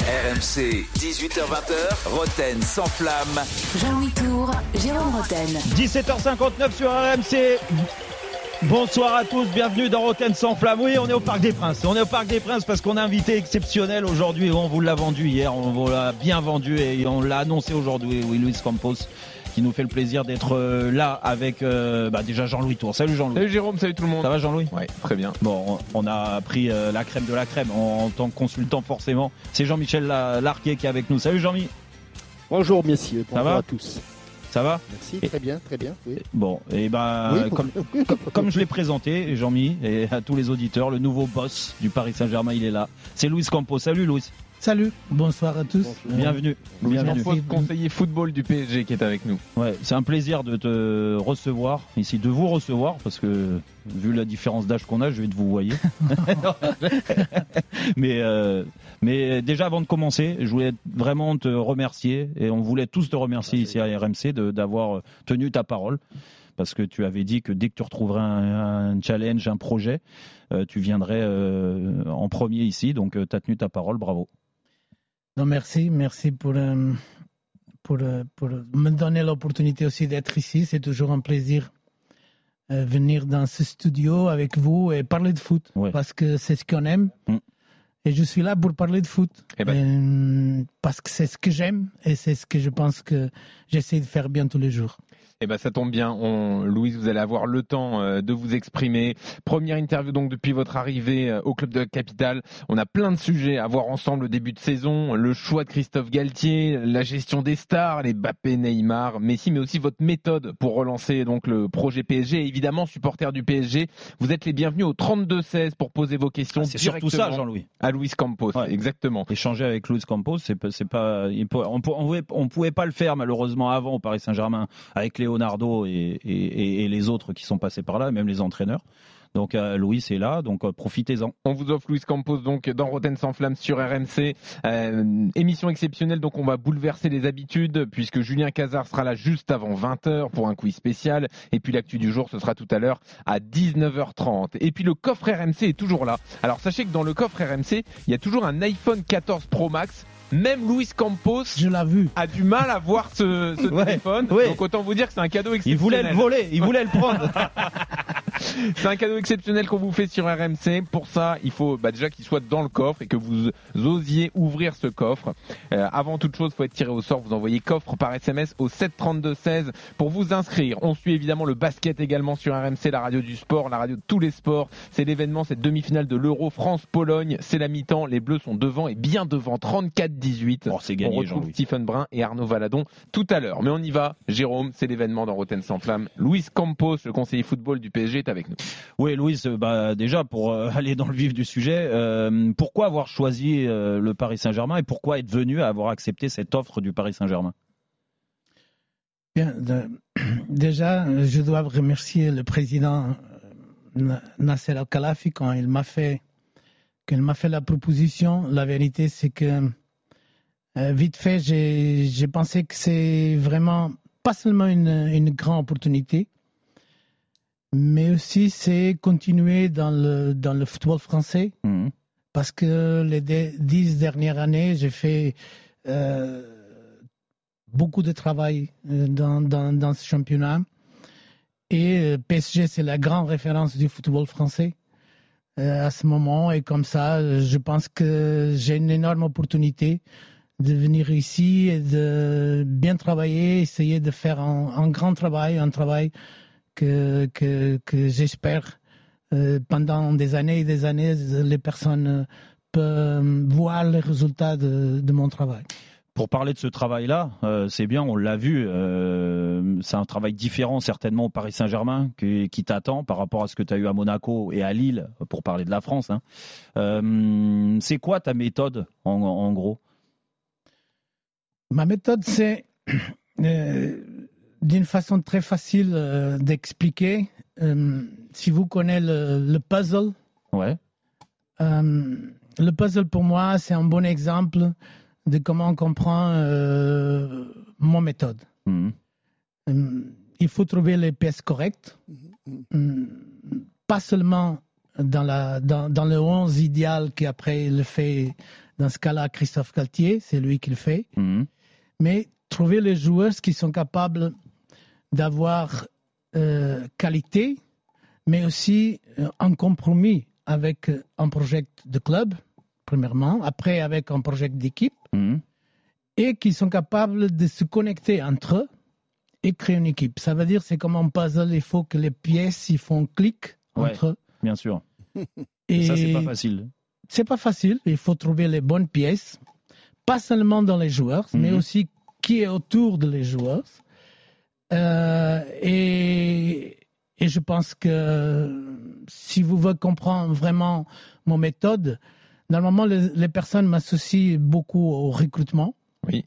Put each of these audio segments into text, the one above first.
RMC, 18h20, Roten sans flamme. Jean-Louis Tour, Jérôme Roten. 17h59 sur RMC. Bonsoir à tous, bienvenue dans Roten sans flamme. Oui, on est au Parc des Princes. On est au Parc des Princes parce qu'on a un invité exceptionnel aujourd'hui. On vous l'a vendu hier, on vous l'a bien vendu et on l'a annoncé aujourd'hui. Oui, Luis Campos, qui nous fait le plaisir d'être là avec déjà Jean-Louis Tour. Salut Jean-Louis. Salut Jérôme, salut tout le monde. Ça va Jean-Louis ? Ouais, très bien. Bon, on a pris la crème de la crème en tant que consultant forcément. C'est Jean-Michel Larquet qui est avec nous. Salut Jean-Mi. Bonjour messieurs, bonjour à tous. Ça va ? Merci, très bien. Oui. Bon, et comme je l'ai présenté, Jean-Mi, et à tous les auditeurs, le nouveau boss du Paris Saint-Germain, il est là. C'est Luis Campos. Salut Luis. Salut, bonsoir à tous. Bienvenue. Campos, conseiller football du PSG qui est avec nous. Ouais, c'est un plaisir de te recevoir ici, de vous recevoir, parce que vu la différence d'âge qu'on a, je vais te vous voyer. mais déjà avant de commencer, je voulais vraiment te remercier, et on voulait tous te remercier ici à RMC d'avoir tenu ta parole. Parce que tu avais dit que dès que tu retrouverais un challenge, un projet, tu viendrais en premier ici. Donc tu as tenu ta parole, bravo. Non, merci pour me donner l'opportunité aussi d'être ici. C'est toujours un plaisir venir dans ce studio avec vous et parler de foot. Ouais. Parce que c'est ce qu'on aime. Et je suis là pour parler de foot. Parce que c'est ce que j'aime et c'est ce que je pense que j'essaie de faire bien tous les jours. Ça tombe bien. Louise, vous allez avoir le temps de vous exprimer. Première interview donc depuis votre arrivée au club de la capitale. On a plein de sujets à voir ensemble au début de saison. Le choix de Christophe Galtier, la gestion des stars, les Mbappé, Neymar, Messi, mais aussi votre méthode pour relancer donc le projet PSG. Et évidemment, supporters du PSG, vous êtes les bienvenus au 32-16 pour poser vos questions. C'est surtout ça, Jean-Louis. À Luis Campos, ouais. Exactement. Échanger avec Luis Campos, on pouvait pas le faire malheureusement avant au Paris Saint-Germain avec Leonardo et les autres qui sont passés par là, même les entraîneurs. Donc Louis est là, donc profitez-en. On vous offre Luis Campos donc dans Roten sans flamme sur RMC. Émission exceptionnelle, donc on va bouleverser les habitudes puisque Julien Cazard sera là juste avant 20h pour un quiz spécial. Et puis l'actu du jour, ce sera tout à l'heure à 19h30. Et puis le coffre RMC est toujours là. Alors sachez que dans le coffre RMC, il y a toujours un iPhone 14 Pro Max. Même Luis Campos a du mal à voir ce téléphone. Ouais. Donc autant vous dire que c'est un cadeau exceptionnel. Il voulait le voler, il voulait le prendre. C'est un cadeau exceptionnel qu'on vous fait sur RMC. Pour ça, il faut déjà qu'il soit dans le coffre et que vous osiez ouvrir ce coffre. Avant toute chose, il faut être tiré au sort. Vous envoyez coffre par SMS au 732-16 pour vous inscrire. On suit évidemment le basket également sur RMC, la radio du sport, la radio de tous les sports. C'est l'événement, cette demi-finale de l'Euro France-Pologne. C'est la mi-temps. Les Bleus sont devant et bien devant, 34-18. Oh, c'est gagné, on retrouve Stephen Brun et Arnaud Valadon tout à l'heure. Mais on y va, Jérôme, c'est l'événement dans Roten sans flamme. Luis Campos, le conseiller football du PSG, est avec nous. Oui, Louis, déjà pour aller dans le vif du sujet, pourquoi avoir choisi le Paris Saint-Germain et pourquoi être venu à avoir accepté cette offre du Paris Saint-Germain ? Bien, déjà, je dois remercier le président Nasser Al-Khelaifi quand il m'a fait la proposition. La vérité, c'est que vite fait, j'ai pensé que c'est vraiment pas seulement une grande opportunité, mais aussi c'est continuer dans le football français. Parce que les 10 dernières années, j'ai fait beaucoup de travail dans ce championnat. Et PSG, c'est la grande référence du football français à ce moment. Et comme ça, je pense que j'ai une énorme opportunité de venir ici et de bien travailler, essayer de faire un grand travail, un travail que j'espère pendant des années et des années, les personnes peuvent voir les résultats de mon travail. Pour parler de ce travail-là, c'est bien, on l'a vu, c'est un travail différent certainement au Paris Saint-Germain qui t'attend par rapport à ce que tu as eu à Monaco et à Lille, pour parler de la France. C'est quoi ta méthode en gros ? Ma méthode, c'est d'une façon très facile d'expliquer. Si vous connaissez le puzzle, ouais. Le puzzle pour moi, c'est un bon exemple de comment on comprend mon méthode. Il faut trouver les pièces correctes, pas seulement dans le 11 idéal qui après le fait Dans ce cas-là, Christophe Galtier, c'est lui qui le fait. Mais trouver les joueurs qui sont capables d'avoir qualité, mais aussi un compromis avec un projet de club, premièrement, après avec un projet d'équipe, et qui sont capables de se connecter entre eux et créer une équipe. Ça veut dire c'est comme un puzzle, il faut que les pièces ils font clic entre eux. Bien sûr. Et ça, c'est pas facile. C'est pas facile, il faut trouver les bonnes pièces, pas seulement dans les joueurs, mais aussi qui est autour de les joueurs. Et je pense que si vous voulez comprendre vraiment mon méthode, normalement les personnes m'associent beaucoup au recrutement. Oui.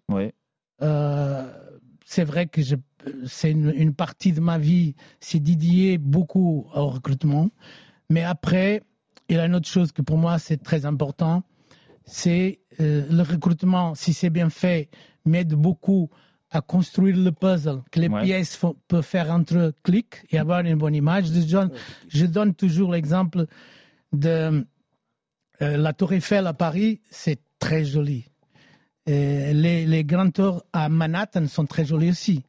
C'est vrai que c'est une partie de ma vie, c'est dédié beaucoup au recrutement. Mais après, il y a une autre chose que pour moi c'est très important, c'est le recrutement, si c'est bien fait, m'aide beaucoup à construire le puzzle, que les pièces peuvent faire entre clics et avoir une bonne image. Je donne toujours l'exemple de la Tour Eiffel à Paris, c'est très joli. Les grandes tours à Manhattan sont très jolies aussi.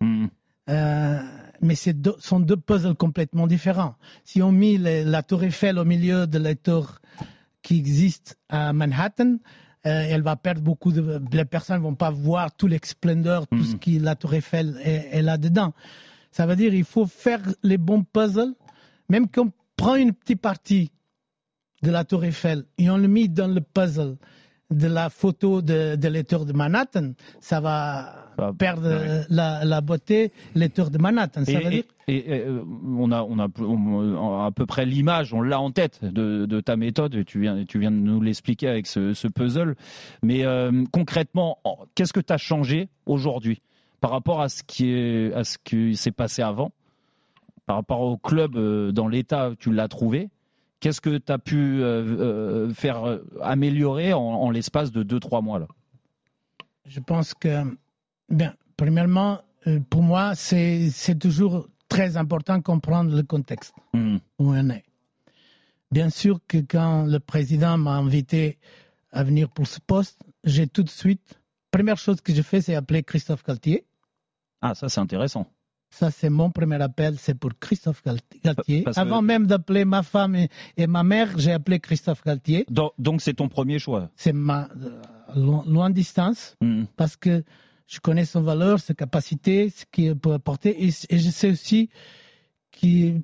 Mais sont deux puzzles complètement différents. Si on met la Tour Eiffel au milieu de la tour qui existe à Manhattan, elle va perdre beaucoup les personnes ne vont pas voir tout l'esplendeur, tout ce que la Tour Eiffel est là-dedans. Ça veut dire qu'il faut faire les bons puzzles, même qu'on prend une petite partie de la Tour Eiffel et on le met dans le puzzle de la photo de la tour de Manhattan, ça va perdre la beauté, les tours de Manhattan. Ça veut dire... on a à peu près l'image, on l'a en tête de ta méthode, et tu viens de nous l'expliquer avec ce puzzle. Mais concrètement, qu'est-ce que tu as changé aujourd'hui par rapport à ce qui s'est passé avant, par rapport au club dans l'état où tu l'as trouvé? Qu'est-ce que tu as pu faire améliorer en l'espace de 2-3 mois là? Je pense que, premièrement, pour moi, c'est toujours très important de comprendre le contexte où on est. Bien sûr que quand le président m'a invité à venir pour ce poste, j'ai tout de suite, première chose que j'ai fait, c'est appeler Christophe Galtier. Ah, ça c'est intéressant. Ça, c'est mon premier appel, c'est pour Christophe Galtier. Avant même d'appeler ma femme et ma mère, j'ai appelé Christophe Galtier. Donc, c'est ton premier choix? C'est loin distance, parce que je connais son valeur, ses capacités, ce qu'il peut apporter, et je sais aussi qu'on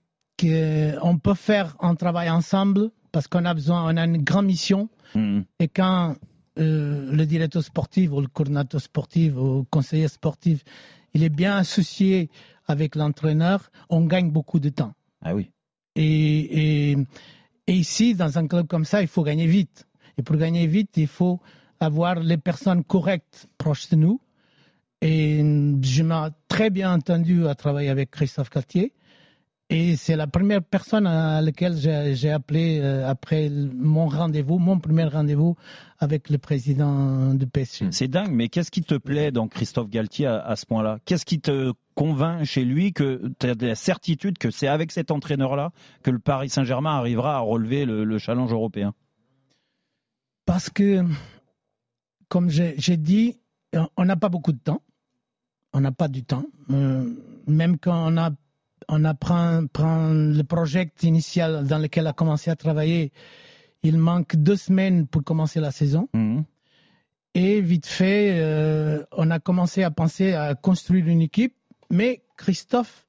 peut faire un travail ensemble, parce qu'on a une grande mission, et quand le directeur sportif, ou le coordinateur sportif, ou le conseiller sportif, il est bien associé avec l'entraîneur, on gagne beaucoup de temps. Ah oui. Et ici, dans un club comme ça, il faut gagner vite. Et pour gagner vite, il faut avoir les personnes correctes proches de nous. Et je m'ai très bien entendu à travailler avec Christophe Galtier. Et c'est la première personne à laquelle j'ai appelé après mon premier rendez-vous avec le président du PSG. C'est dingue, mais qu'est-ce qui te plaît dans Christophe Galtier à ce point-là? Qu'est-ce qui te convainc chez lui que tu as la certitude que c'est avec cet entraîneur-là que le Paris Saint-Germain arrivera à relever le challenge européen? Parce que, comme j'ai dit, on n'a pas beaucoup de temps. On n'a pas du temps. Même quand on apprend le projet initial dans lequel on a commencé à travailler, il manque 2 semaines pour commencer la saison. Et vite fait, on a commencé à penser à construire une équipe. Mais Christophe,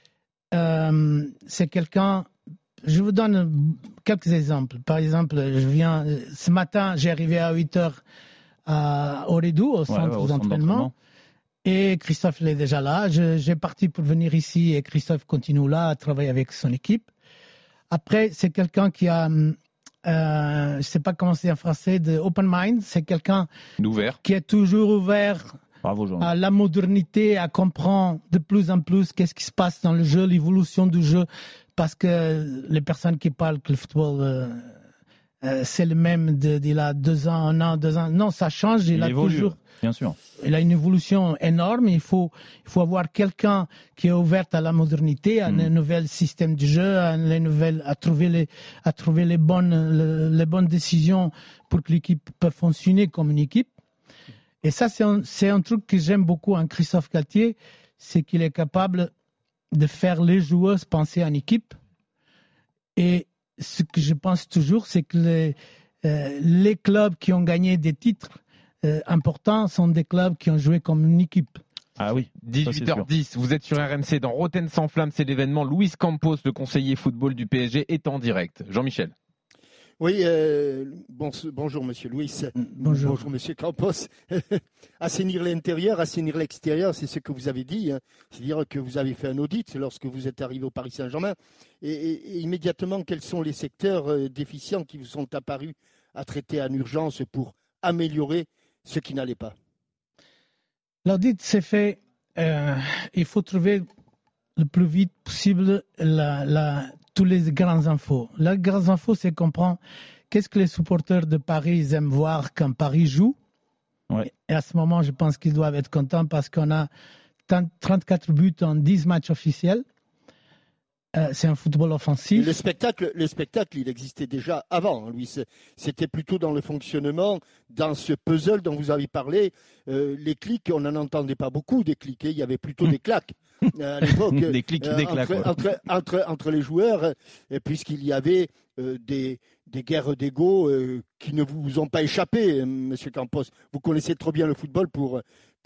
c'est quelqu'un... Je vous donne quelques exemples. Par exemple, ce matin, j'ai arrivé à 8h à Ooredoo, au centre d'entraînement. Et Christophe il est déjà là. J'ai parti pour venir ici et Christophe continue là à travailler avec son équipe. Après, c'est quelqu'un qui a, je ne sais pas comment c'est en français, de open mind. C'est quelqu'un qui est toujours ouvert à la modernité, à comprendre de plus en plus qu'est-ce qui se passe dans le jeu, l'évolution du jeu. Parce que les personnes qui parlent que le football c'est le même d'il a 2 ans, 1 an, 2 ans. Non, ça change. Il a évolue, toujours. Bien sûr. Il a une évolution énorme. Il faut avoir quelqu'un qui est ouvert à la modernité, à un nouvel système de jeu, à trouver les bonnes décisions pour que l'équipe puisse fonctionner comme une équipe. Et ça, c'est un truc que j'aime beaucoup en Christophe Galtier, c'est qu'il est capable de faire les joueurs penser en équipe. Et ce que je pense toujours, c'est que les clubs qui ont gagné des titres importants sont des clubs qui ont joué comme une équipe. Ah oui. 18h10, vous êtes sur RMC dans Rotten sans flamme, c'est l'événement. Luis Campos, le conseiller football du PSG, est en direct. Jean-Michel. Oui, bonjour Monsieur Luis. Bonjour Monsieur Campos. Assainir l'intérieur, assainir l'extérieur, c'est ce que vous avez dit. Hein. C'est-à-dire que vous avez fait un audit lorsque vous êtes arrivé au Paris Saint-Germain. Et immédiatement, quels sont les secteurs déficients qui vous sont apparus à traiter en urgence pour améliorer ce qui n'allait pas? L'audit s'est fait. Il faut trouver le plus vite possible tous les grandes infos. Les grandes infos, c'est comprendre qu'est-ce que les supporters de Paris aiment voir quand Paris joue. Ouais. Et à ce moment, je pense qu'ils doivent être contents parce qu'on a 34 buts en 10 matchs officiels. C'est un football offensif. Le spectacle, il existait déjà avant, Louis. C'était plutôt dans le fonctionnement, dans ce puzzle dont vous avez parlé. Les clics, on n'en entendait pas beaucoup des clics. Il y avait plutôt des claques à l'époque. Des clics, des claques. Entre les joueurs, puisqu'il y avait des guerres d'ego qui ne vous ont pas échappé, Monsieur Campos. Vous connaissez trop bien le football pour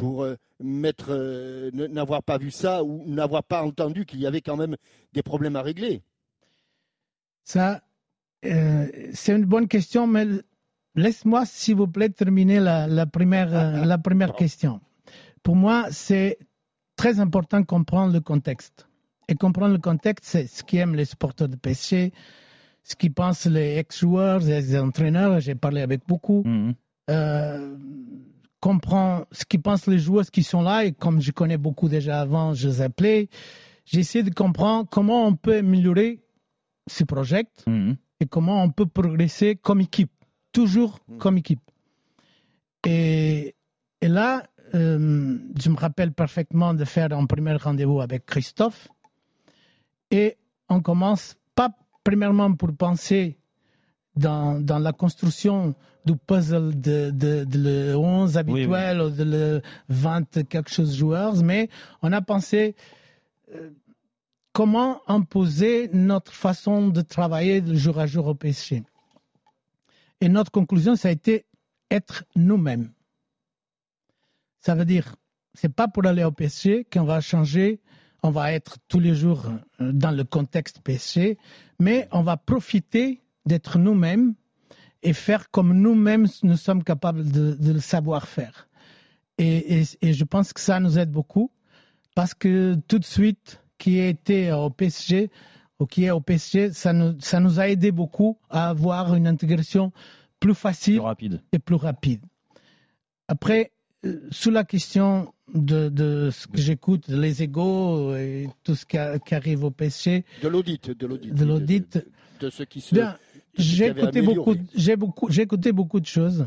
n'avoir pas vu ça ou n'avoir pas entendu qu'il y avait quand même des problèmes à régler. Ça, c'est une bonne question, mais laisse-moi, s'il vous plaît, terminer la première question. Pour moi, c'est très important de comprendre le contexte. Et comprendre le contexte, c'est ce qu'aiment les supporters de PSG, ce qu'ils pensent les ex-joueurs, les entraîneurs. J'ai parlé avec beaucoup. Comprends ce qu'ils pensent les joueurs qui sont là, et comme je connais beaucoup déjà avant, je les appelais. J'essaie de comprendre comment on peut améliorer ce projet et comment on peut progresser comme équipe, toujours comme équipe. Et là, je me rappelle parfaitement de faire un premier rendez-vous avec Christophe, et on commence pas premièrement pour penser dans la construction du puzzle de le 11 habituel ou de le 20 quelque chose joueurs, mais on a pensé comment imposer notre façon de travailler de jour à jour au PSG. Et notre conclusion, ça a été être nous-mêmes. Ça veut dire, c'est pas pour aller au PSG qu'on va changer, on va être tous les jours dans le contexte PSG, mais on va profiter d'être nous-mêmes et faire comme nous-mêmes nous sommes capables de le savoir faire. Et je pense que ça nous aide beaucoup, parce que tout de suite, qui était au PSG ou qui est au PSG, ça nous a aidé beaucoup à avoir une intégration plus facile et plus rapide. Après, sous la question de ce que j'écoute, les égos et tout ce qui arrive au PSG. De l'audit. De ce qui se... Bien, j'ai écouté beaucoup de choses.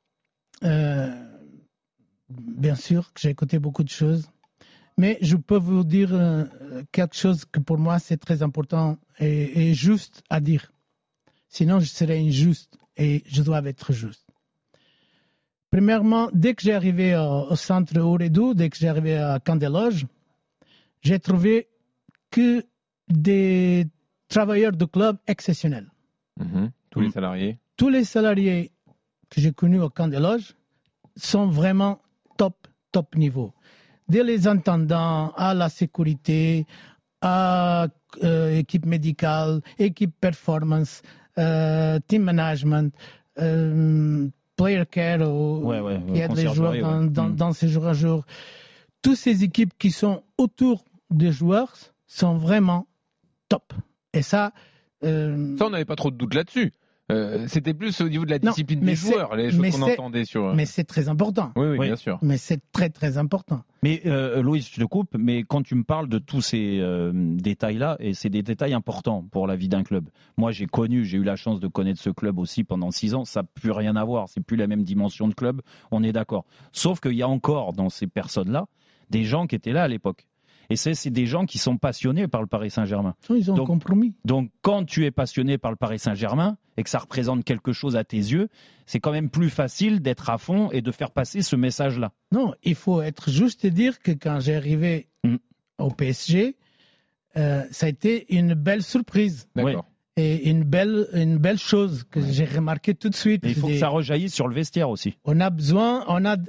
Bien sûr que j'ai écouté beaucoup de choses. Mais je peux vous dire quelque chose que pour moi c'est très important et juste à dire. Sinon je serais injuste et je dois être juste. Premièrement, dès que j'ai arrivé au centre Ouredou, dès que j'ai arrivé à Camp des Loges, j'ai trouvé que des travailleurs de club exceptionnels. Tous les salariés. Tous les salariés que j'ai connus au Camp des Loges sont vraiment top niveau. Dès les intendants à la sécurité, à équipe médicale, équipe performance, team management, player care, qui aide les joueurs dans ces jours à jour. Toutes ces équipes qui sont autour des joueurs sont vraiment top. Et ça... Ça, on n'avait pas trop de doute là-dessus. C'était plus au niveau de la discipline des joueurs, les choses qu'on entendait sur. Mais c'est très important. Oui, bien sûr. Mais c'est très très important. Mais Louis, je te coupe, mais quand tu me parles de tous ces détails-là, et c'est des détails importants pour la vie d'un club. Moi, j'ai eu la chance de connaître ce club aussi pendant 6 ans. Ça n'a plus rien à voir. C'est plus la même dimension de club. On est d'accord. Sauf qu'il y a encore dans ces personnes-là des gens qui étaient là à l'époque. Et c'est des gens qui sont passionnés par le Paris Saint-Germain. Ils ont compromis. Donc, quand tu es passionné par le Paris Saint-Germain et que ça représente quelque chose à tes yeux, c'est quand même plus facile d'être à fond et de faire passer ce message-là. Non, il faut être juste et dire que quand j'ai arrivé au PSG, ça a été une belle surprise. D'accord. Et une belle chose que j'ai remarqué tout de suite. Et il faut que ça rejaillisse sur le vestiaire aussi. On a besoin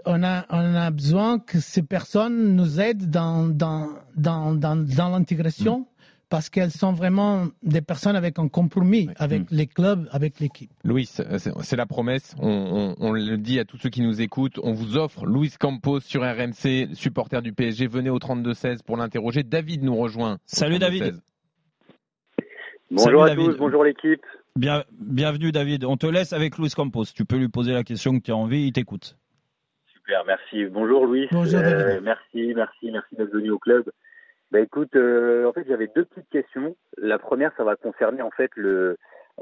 que ces personnes nous aident dans l'intégration parce qu'elles sont vraiment des personnes avec un compromis avec les clubs, avec l'équipe. Louis, c'est la promesse. On le dit à tous ceux qui nous écoutent. On vous offre Luis Campos sur RMC, supporter du PSG. Venez au 32-16 pour l'interroger. David nous rejoint. Salut David. Bonjour Salut, à tous, David. bonjour l'équipe. Bienvenue David. On te laisse avec Luis Campos. Tu peux lui poser la question que tu as envie, il t'écoute. Super, merci. Bonjour Louis. Bonjour David. Merci d'être venu au club. Écoute, en fait j'avais 2 petites questions. La première, ça va concerner en fait le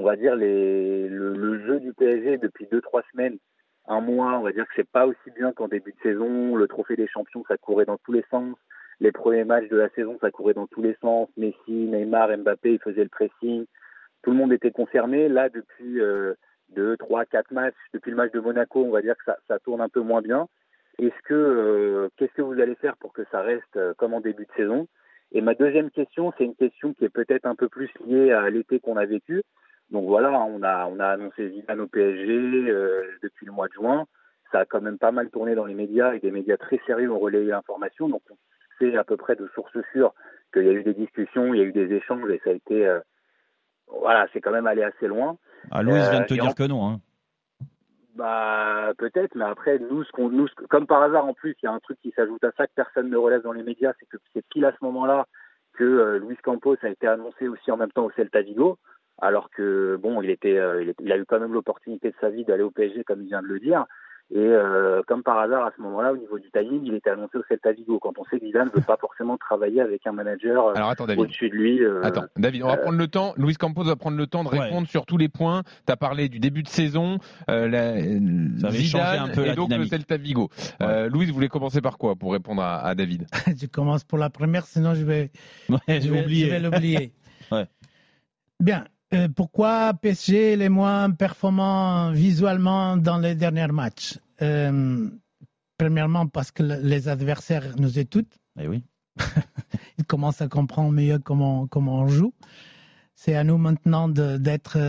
jeu du PSG depuis 2-3 semaines. Un mois, on va dire que c'est pas aussi bien qu'en début de saison. Le trophée des champions, ça courait dans tous les sens. Les premiers matchs de la saison, ça courait dans tous les sens. Messi, Neymar, Mbappé, ils faisaient le pressing. Tout le monde était concerné. Là, depuis 2, 3, 4 matchs, depuis le match de Monaco, on va dire que ça tourne un peu moins bien. Qu'est-ce que vous allez faire pour que ça reste comme en début de saison? Et ma deuxième question, c'est une question qui est peut-être un peu plus liée à l'été qu'on a vécu. Donc voilà, on a annoncé Zidane au PSG depuis le mois de juin. Ça a quand même pas mal tourné dans les médias et des médias très sérieux ont relayé l'information. Donc c'est à peu près de sources sûres qu'il y a eu des discussions, il y a eu des échanges et ça a été c'est quand même allé assez loin. Louis vient de te dire que non. Hein. Peut-être, mais après nous, comme par hasard en plus, il y a un truc qui s'ajoute à ça que personne ne relève dans les médias, c'est que c'est pile à ce moment-là que Luis Campos a été annoncé aussi en même temps au Celta Vigo, alors que il a eu quand même l'opportunité de sa vie d'aller au PSG comme il vient de le dire. Et comme par hasard, à ce moment-là, au niveau du timing, il était annoncé au Celta Vigo. Quand on sait que Zidane ne veut pas forcément travailler avec un manager au-dessus de lui. Attends, David, on va prendre le temps. Luis Campos va prendre le temps de répondre sur tous les points. Tu as parlé du début de saison, Zidane et donc le Celta Vigo. Louis, vous voulez commencer par quoi pour répondre à David? Je commence pour la première, sinon je vais l'oublier. Bien. Pourquoi PSG est moins performant visuellement dans les derniers matchs? Premièrement, parce que les adversaires nous écoutent. Eh oui. Ils commencent à comprendre mieux comment on joue. C'est à nous maintenant d'être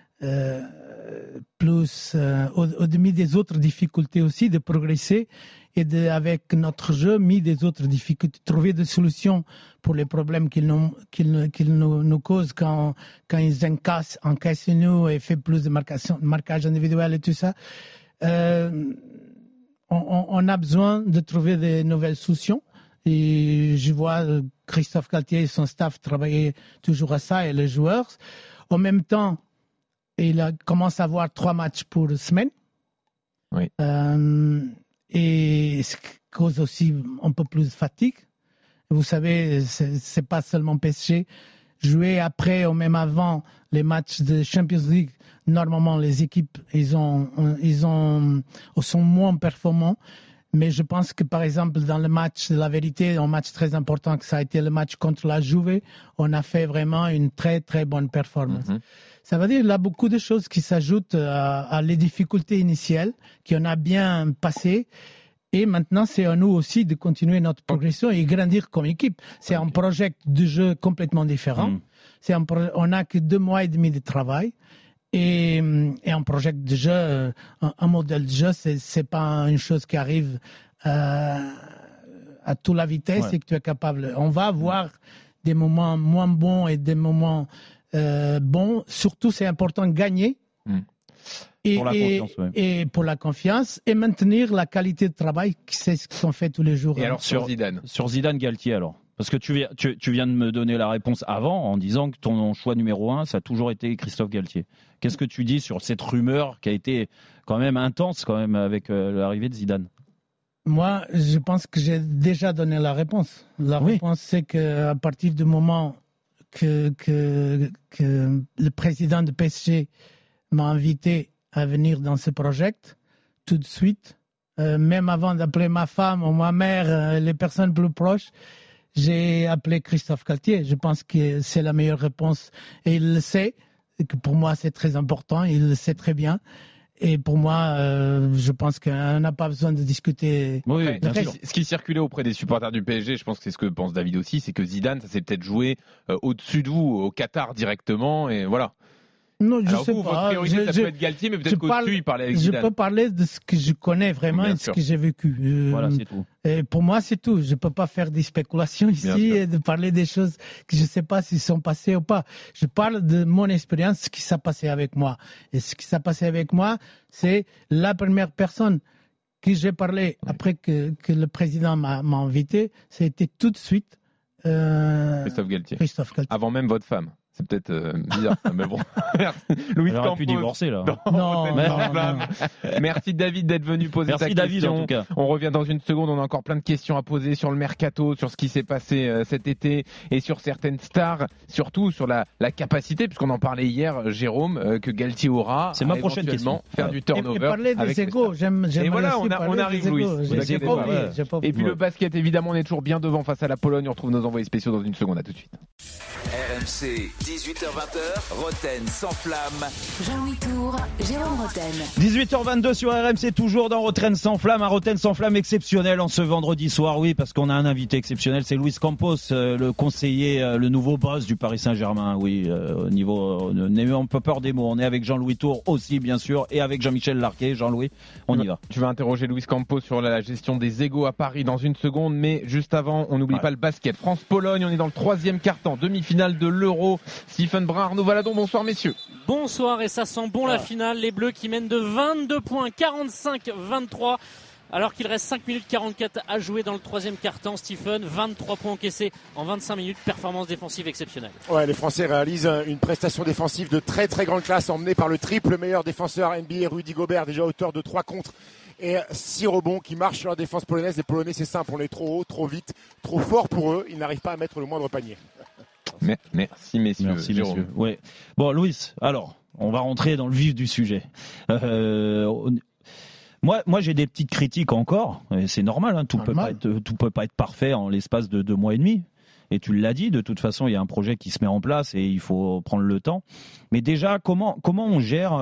plus au-delà des autres difficultés aussi, de progresser et avec notre jeu, mis des autres difficultés, trouver des solutions pour les problèmes qu'ils nous causent quand ils encaissent nous et fait plus de marquage individuel et tout ça. On a besoin de trouver des nouvelles solutions. Et je vois Christophe Galtier et son staff travailler toujours à ça et les joueurs. En même temps, il commence à avoir 3 matchs pour semaine. Oui. Et ce qui cause aussi un peu plus de fatigue. Vous savez, c'est pas seulement PSG. Jouer après ou même avant les matchs de Champions League, normalement les équipes sont moins performants. Mais je pense que par exemple dans le match de la vérité, un match très important que ça a été le match contre la Juve, on a fait vraiment une très très bonne performance. Ça veut dire qu'il y a beaucoup de choses qui s'ajoutent à les difficultés initiales qu'on a bien passées. Et maintenant, c'est à nous aussi de continuer notre progression et grandir comme équipe. C'est un projet de jeu complètement différent. On n'a que 2 mois et demi de travail. Et un projet de jeu, un modèle de jeu, c'est pas une chose qui arrive à toute la vitesse et que tu es capable. On va avoir des moments moins bons et des moments bons. Surtout, c'est important de gagner. Et pour la confiance et maintenir la qualité de travail, c'est ce qu'on fait tous les jours. Et alors sur Zidane Galtier alors. Parce que tu viens de me donner la réponse avant en disant que ton choix numéro 1, ça a toujours été Christophe Galtier. Qu'est-ce que tu dis sur cette rumeur qui a été quand même intense quand même avec l'arrivée de Zidane? Moi, je pense que j'ai déjà donné la réponse. La réponse, c'est qu'à partir du moment que le président de PSG m'a invité à venir dans ce projet, tout de suite, même avant d'appeler ma femme ou ma mère, les personnes plus proches, j'ai appelé Christophe Galtier. Je pense que c'est la meilleure réponse. Et il le sait, et que pour moi c'est très important, il le sait très bien. Et pour moi, je pense qu'on n'a pas besoin de discuter. Oui, bien sûr. Ce qui circulait auprès des supporters du PSG, je pense que c'est ce que pense David aussi, c'est que Zidane, ça s'est peut-être joué au-dessus de vous, au Qatar directement, et voilà. Non, je Alors sais vous, pas. Votre priorité, ça peut être Galtier, mais peut-être qu'au-dessus, il parlait avec Zidane. Je peux parler de ce que je connais vraiment et de ce que j'ai vécu. Voilà, c'est tout. Et pour moi, c'est tout. Je ne peux pas faire des spéculations ici et de parler des choses que je ne sais pas s'ils sont passées ou pas. Je parle de mon expérience, ce qui s'est passé avec moi. Et ce qui s'est passé avec moi, c'est la première personne que j'ai parlé après que le président m'a invité. C'était tout de suite Christophe Galtier. Avant même votre femme. C'est peut-être bizarre, mais bon. Merci. Louis Campos. Pu divorcer là. Non. Merci David d'être venu poser ta David, question. en tout cas. On revient dans une seconde. On a encore plein de questions à poser sur le mercato, sur ce qui s'est passé cet été et sur certaines stars, surtout sur la capacité, puisqu'on en parlait hier, Jérôme, que Galtier aura. C'est ma prochaine question. Faire du turnover. Et parler des égos. Et voilà, on arrive, Louis. Et puis le basket, évidemment, on est toujours bien devant face à la Pologne. On retrouve nos envoyés spéciaux dans une seconde. À tout de suite. RMC, 18h20, Roten sans flamme. Jean-Louis Tour, Jérôme Roten. 18h22 sur RMC, toujours dans Roten sans flamme. Un Roten sans flamme exceptionnel en ce vendredi soir, oui, parce qu'on a un invité exceptionnel, c'est Luis Campos, le conseiller, le nouveau boss du Paris Saint-Germain. Oui, au niveau, n'ayons pas peur des mots. On est avec Jean-Louis Tour aussi, bien sûr, et avec Jean-Michel Larquet. Jean-Louis, on y va. Tu vas interroger Luis Campos sur la gestion des égos à Paris dans une seconde, mais juste avant, on n'oublie pas le basket. France-Pologne, on est dans le 3e quart-temps, demi-finale de l'Euro. Stephen Brun, Arnaud Valadon, bonsoir messieurs. Bonsoir, et ça sent bon la finale. Les Bleus qui mènent de 22 points, 45-23. Alors qu'il reste 5 minutes 44 à jouer dans le 3e quart-temps. Stephen, 23 points encaissés en 25 minutes. Performance défensive exceptionnelle. Ouais, les Français réalisent une prestation défensive de très très grande classe, emmenée par le triple meilleur défenseur NBA, Rudy Gobert, déjà auteur de 3 contres et 6 rebonds, qui marchent sur la défense polonaise. Les Polonais, c'est simple, on est trop haut, trop vite, trop fort pour eux. Ils n'arrivent pas à mettre le moindre panier. Merci messieurs. Merci messieurs. Ouais. Bon, Louis, alors, on va rentrer dans le vif du sujet. Moi, j'ai des petites critiques encore, et c'est normal, hein, tout peut pas être parfait en l'espace de 2 mois et demi. Et tu l'as dit, de toute façon, il y a un projet qui se met en place et il faut prendre le temps. Mais déjà, comment on gère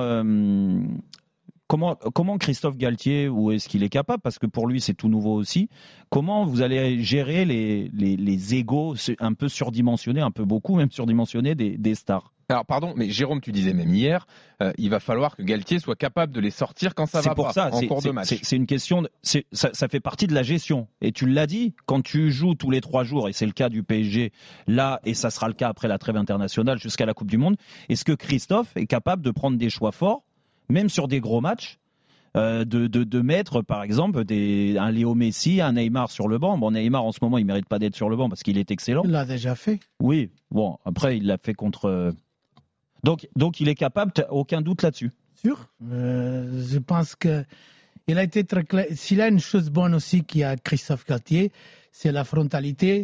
Comment Christophe Galtier, ou est-ce qu'il est capable, parce que pour lui c'est tout nouveau aussi, comment vous allez gérer les égos un peu surdimensionnés, un peu beaucoup même surdimensionnés des stars? Alors pardon, mais Jérôme, tu disais même hier, il va falloir que Galtier soit capable de les sortir quand ça va pas en cours de match. C'est une question, ça fait partie de la gestion. Et tu l'as dit, quand tu joues tous les 3 jours, et c'est le cas du PSG là, et ça sera le cas après la trêve internationale jusqu'à la Coupe du Monde, est-ce que Christophe est capable de prendre des choix forts, même sur des gros matchs, de mettre par exemple un Léo Messi, un Neymar sur le banc? Bon, Neymar en ce moment il mérite pas d'être sur le banc parce qu'il est excellent. Il l'a déjà fait. Oui, bon, après il l'a fait contre. Donc il est capable, aucun doute là-dessus. Sûr. Je pense que il a été très clair. S'il a une chose bonne aussi qu'il y a Christophe Galtier, c'est la frontalité.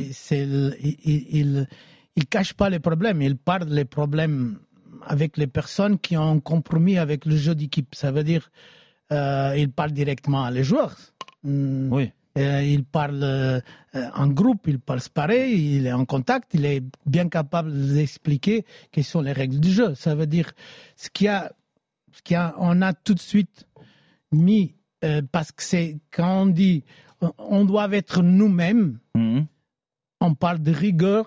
Il cache pas les problèmes. Il parle des problèmes avec les personnes qui ont compromis avec le jeu d'équipe. Ça veut dire il parle directement à les joueurs. Oui. Il parle en groupe, il parle pareil, il est en contact, il est bien capable d'expliquer quelles sont les règles du jeu. Ça veut dire on a tout de suite mis, parce que c'est quand on dit on doit être nous-mêmes, on parle de rigueur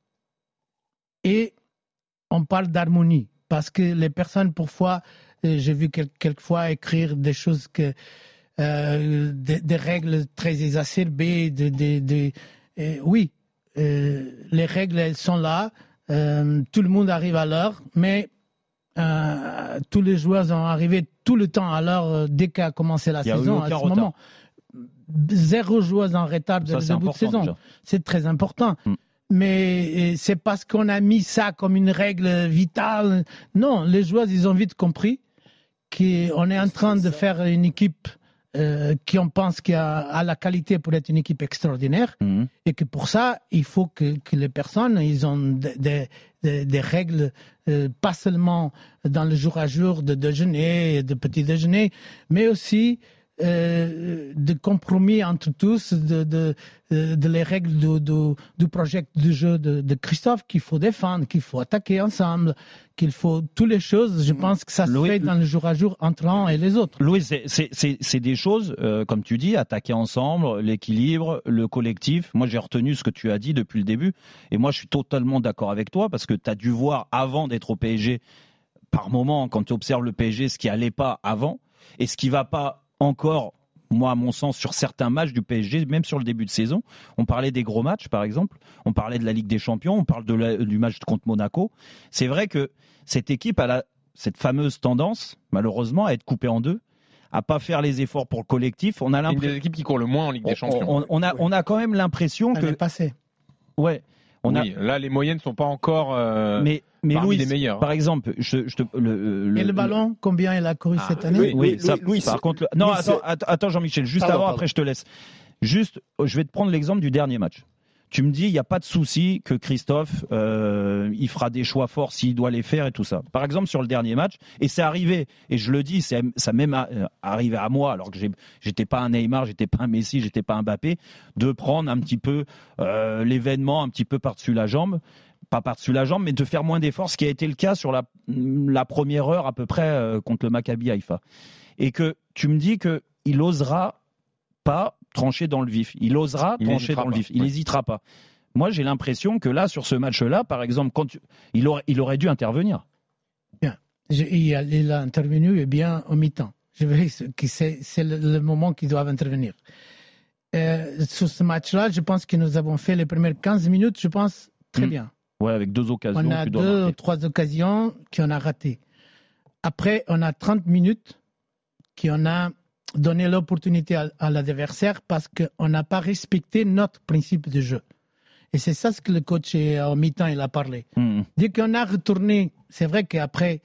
et on parle d'harmonie. Parce que les personnes, parfois, j'ai vu quelquefois écrire des choses des règles très exacerbées. Oui, les règles, elles sont là. Tout le monde arrive à l'heure, mais tous les joueurs ont arrivé tout le temps à l'heure dès qu'a commencé la saison. À ce moment, 0 joueurs en retard de début de saison. Déjà. C'est très important. Mais c'est parce qu'on a mis ça comme une règle vitale. Non, les joueurs, ils ont vite compris qu'on est en train de faire une équipe qui on pense qu'il a la qualité pour être une équipe extraordinaire et que pour ça, il faut que les personnes, ils ont des règles, pas seulement dans le jour à jour de déjeuner, de petit déjeuner, mais aussi de compromis entre tous, de les règles du projet du jeu de Christophe qu'il faut défendre, qu'il faut attaquer ensemble, qu'il faut toutes les choses. Je pense que ça se fait dans le jour à jour entre l'un et les autres. Louis, c'est des choses, comme tu dis, attaquer ensemble, l'équilibre, le collectif. Moi, j'ai retenu ce que tu as dit depuis le début. Et moi, je suis totalement d'accord avec toi parce que tu as dû voir avant d'être au PSG, par moment, quand tu observes le PSG, ce qui allait pas avant et ce qui va pas encore, moi, à mon sens, sur certains matchs du PSG, même sur le début de saison. On parlait des gros matchs, par exemple. On parlait de la Ligue des Champions. On parle du match contre Monaco. C'est vrai que cette équipe a cette fameuse tendance, malheureusement, à être coupée en deux, à pas faire les efforts pour le collectif. On a l'impression. Une des équipes qui court le moins en Ligue des Champions. On a quand même l'impression que. Passé. Ouais. Là, les moyennes sont pas encore. Mais Louis, les meilleurs. Par exemple, et le ballon, combien il a couru cette année? Oui, ça, Louis, par contre. Non, attends, Jean-Michel, juste avant, après je te laisse. Juste, je vais te prendre l'exemple du dernier match. Tu me dis, il n'y a pas de souci que Christophe, il fera des choix forts s'il doit les faire et tout ça. Par exemple, sur le dernier match, et c'est arrivé, et je le dis, ça m'est arrivé à moi, alors que j'étais pas un Neymar, j'étais pas un Messi, j'étais pas un Mbappé, de prendre un petit peu l'événement un petit peu par-dessus la jambe. Pas par-dessus la jambe, mais de faire moins d'efforts, ce qui a été le cas sur la première heure à peu près contre le Maccabi Haïfa. Et que tu me dis qu'il n'osera pas trancher dans le vif. Il osera trancher dans le vif. Il n'hésitera pas. Moi, j'ai l'impression que là, sur ce match-là, par exemple, il aurait dû intervenir. Bien. Il a intervenu et bien au mi-temps. Je verrai que c'est le moment qu'ils doivent intervenir. Sur ce match-là, je pense que nous avons fait les premières 15 minutes, je pense, très bien. Ouais, avec 2 occasions. On a 2 ou 3 occasions qu'on a ratées. Après, on a 30 minutes qu'on a donné l'opportunité à l'adversaire parce qu'on n'a pas respecté notre principe de jeu. Et c'est ça ce que le coach au mi-temps il a parlé. Dès qu'on a retourné, c'est vrai qu'après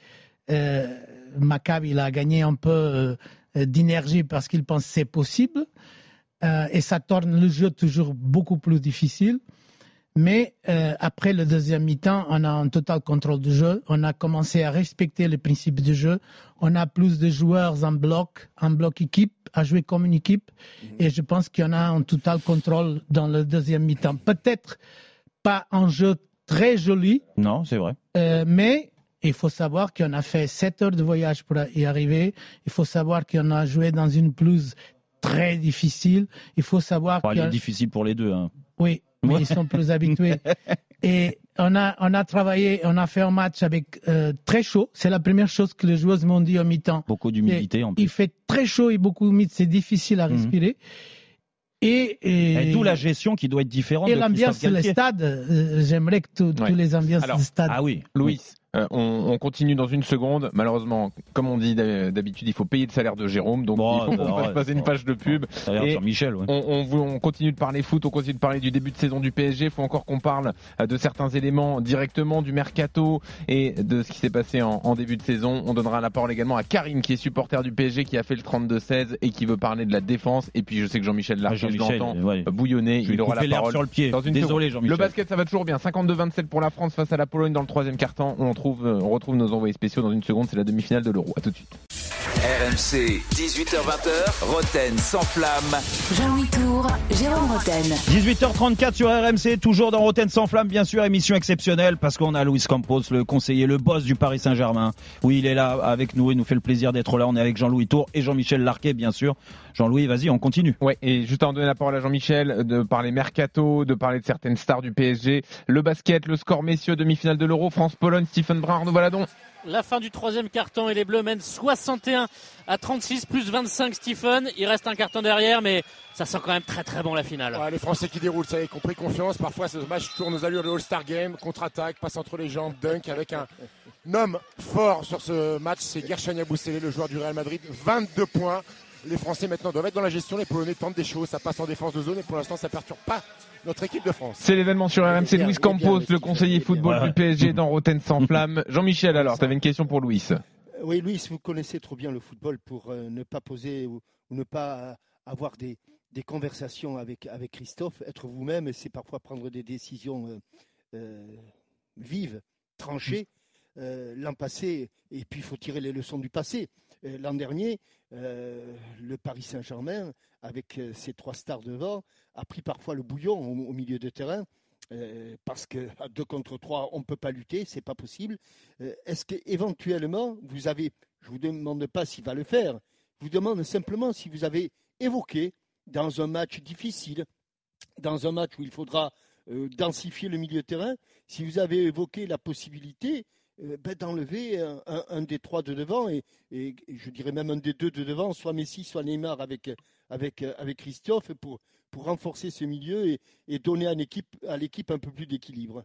Maccabi il a gagné un peu d'énergie parce qu'il pense que c'est possible et ça tourne le jeu toujours beaucoup plus difficile. Mais après le deuxième mi-temps, on a un total contrôle du jeu. On a commencé à respecter les principes du jeu. On a plus de joueurs en bloc équipe, à jouer comme une équipe. Et je pense qu'il y en a un total contrôle dans le deuxième mi-temps. Peut-être pas un jeu très joli. Non, c'est vrai. Mais il faut savoir qu'on a fait 7 heures de voyage pour y arriver. Il faut savoir qu'on a joué dans une pelouse très difficile. Il faut savoir qu'il est difficile pour les deux. Hein. Oui. Mais ils sont plus habitués. Et on a travaillé, on a fait un match avec très chaud. C'est la première chose que les joueurs m'ont dit au mi-temps. Beaucoup d'humidité en plus. Il fait très chaud et beaucoup d'humidité, c'est difficile à respirer. Et d'où la gestion qui doit être différente. Et l'ambiance du stade, j'aimerais que tous les ambiances du stade. Ah oui, Louis. On continue dans une seconde. Malheureusement, comme on dit d'habitude, il faut payer le salaire de Jérôme. Donc il faut qu'on fasse passer une page de pub. Et Jean-Michel, ouais. on continue de parler foot, on continue de parler du début de saison du PSG. Il faut encore qu'on parle de certains éléments directement du mercato et de ce qui s'est passé en début de saison. On donnera la parole également à Karim, qui est supporter du PSG, qui a fait le 32-16 et qui veut parler de la défense. Et puis je sais que Jean-Michel Larcher, je l'entends bouillonner. Il aura la parole sur le pied. Désolé, Jean-Michel. Le basket, ça va toujours bien. 52-27 pour la France face à la Pologne dans le troisième quart-temps. On retrouve nos envoyés spéciaux dans une seconde, c'est la demi-finale de l'Euro. À tout de suite. RMC, 18h20, Roten sans flamme. Jean-Louis Tour, Jérôme Roten. 18h34 sur RMC, toujours dans Roten sans flamme, bien sûr, émission exceptionnelle parce qu'on a Luis Campos, le conseiller, le boss du Paris Saint-Germain. Oui, il est là avec nous, il nous fait le plaisir d'être là. On est avec Jean-Louis Tour et Jean-Michel Larquet, bien sûr. Jean-Louis, vas-y, on continue. Ouais, et juste avant de donner la parole à Jean-Michel, de parler mercato, de parler de certaines stars du PSG, le basket, le score messieurs, demi-finale de l'Euro, France-Pologne, Stephen Brun, Arnaud Valadon. La fin du troisième quart-temps et les Bleus mènent 61-36, plus 25 Stephen. Il reste un quart-temps derrière, mais ça sent quand même très très bon la finale. Ouais, les Français qui déroulent, ça y est, compris confiance. Parfois, ce match tourne aux allures de All-Star Game, contre-attaque, passe entre les jambes, dunk avec un homme fort sur ce match. C'est Guerchania Boussélé, le joueur du Real Madrid. 22 points. Les Français maintenant doivent être dans la gestion, les Polonais tentent des choses, ça passe en défense de zone et pour l'instant ça ne perturbe pas notre équipe de France. C'est l'événement sur RMC. Luis Campos, le conseiller football du PSG dans Rotten sans flamme. Jean-Michel, alors, tu avais une question pour Louis. Oui, Louis, vous connaissez trop bien le football pour ne pas poser ou ne pas avoir des conversations avec Christophe. Être vous-même, c'est parfois prendre des décisions vives, tranchées. L'an passé, et puis il faut tirer les leçons du passé. L'an dernier, le Paris Saint-Germain, avec ses 3 stars devant, a pris parfois le bouillon au milieu de terrain. Parce qu'à 2 contre 3, on ne peut pas lutter, c'est pas possible. Est-ce qu'éventuellement, vous avez, je ne vous demande pas s'il va le faire, je vous demande simplement si vous avez évoqué dans un match difficile, dans un match où il faudra densifier le milieu de terrain, si vous avez évoqué la possibilité d'enlever un des 3 de devant et je dirais même un des 2 de devant, soit Messi, soit Neymar avec Christophe pour renforcer ce milieu et donner à l'équipe un peu plus d'équilibre.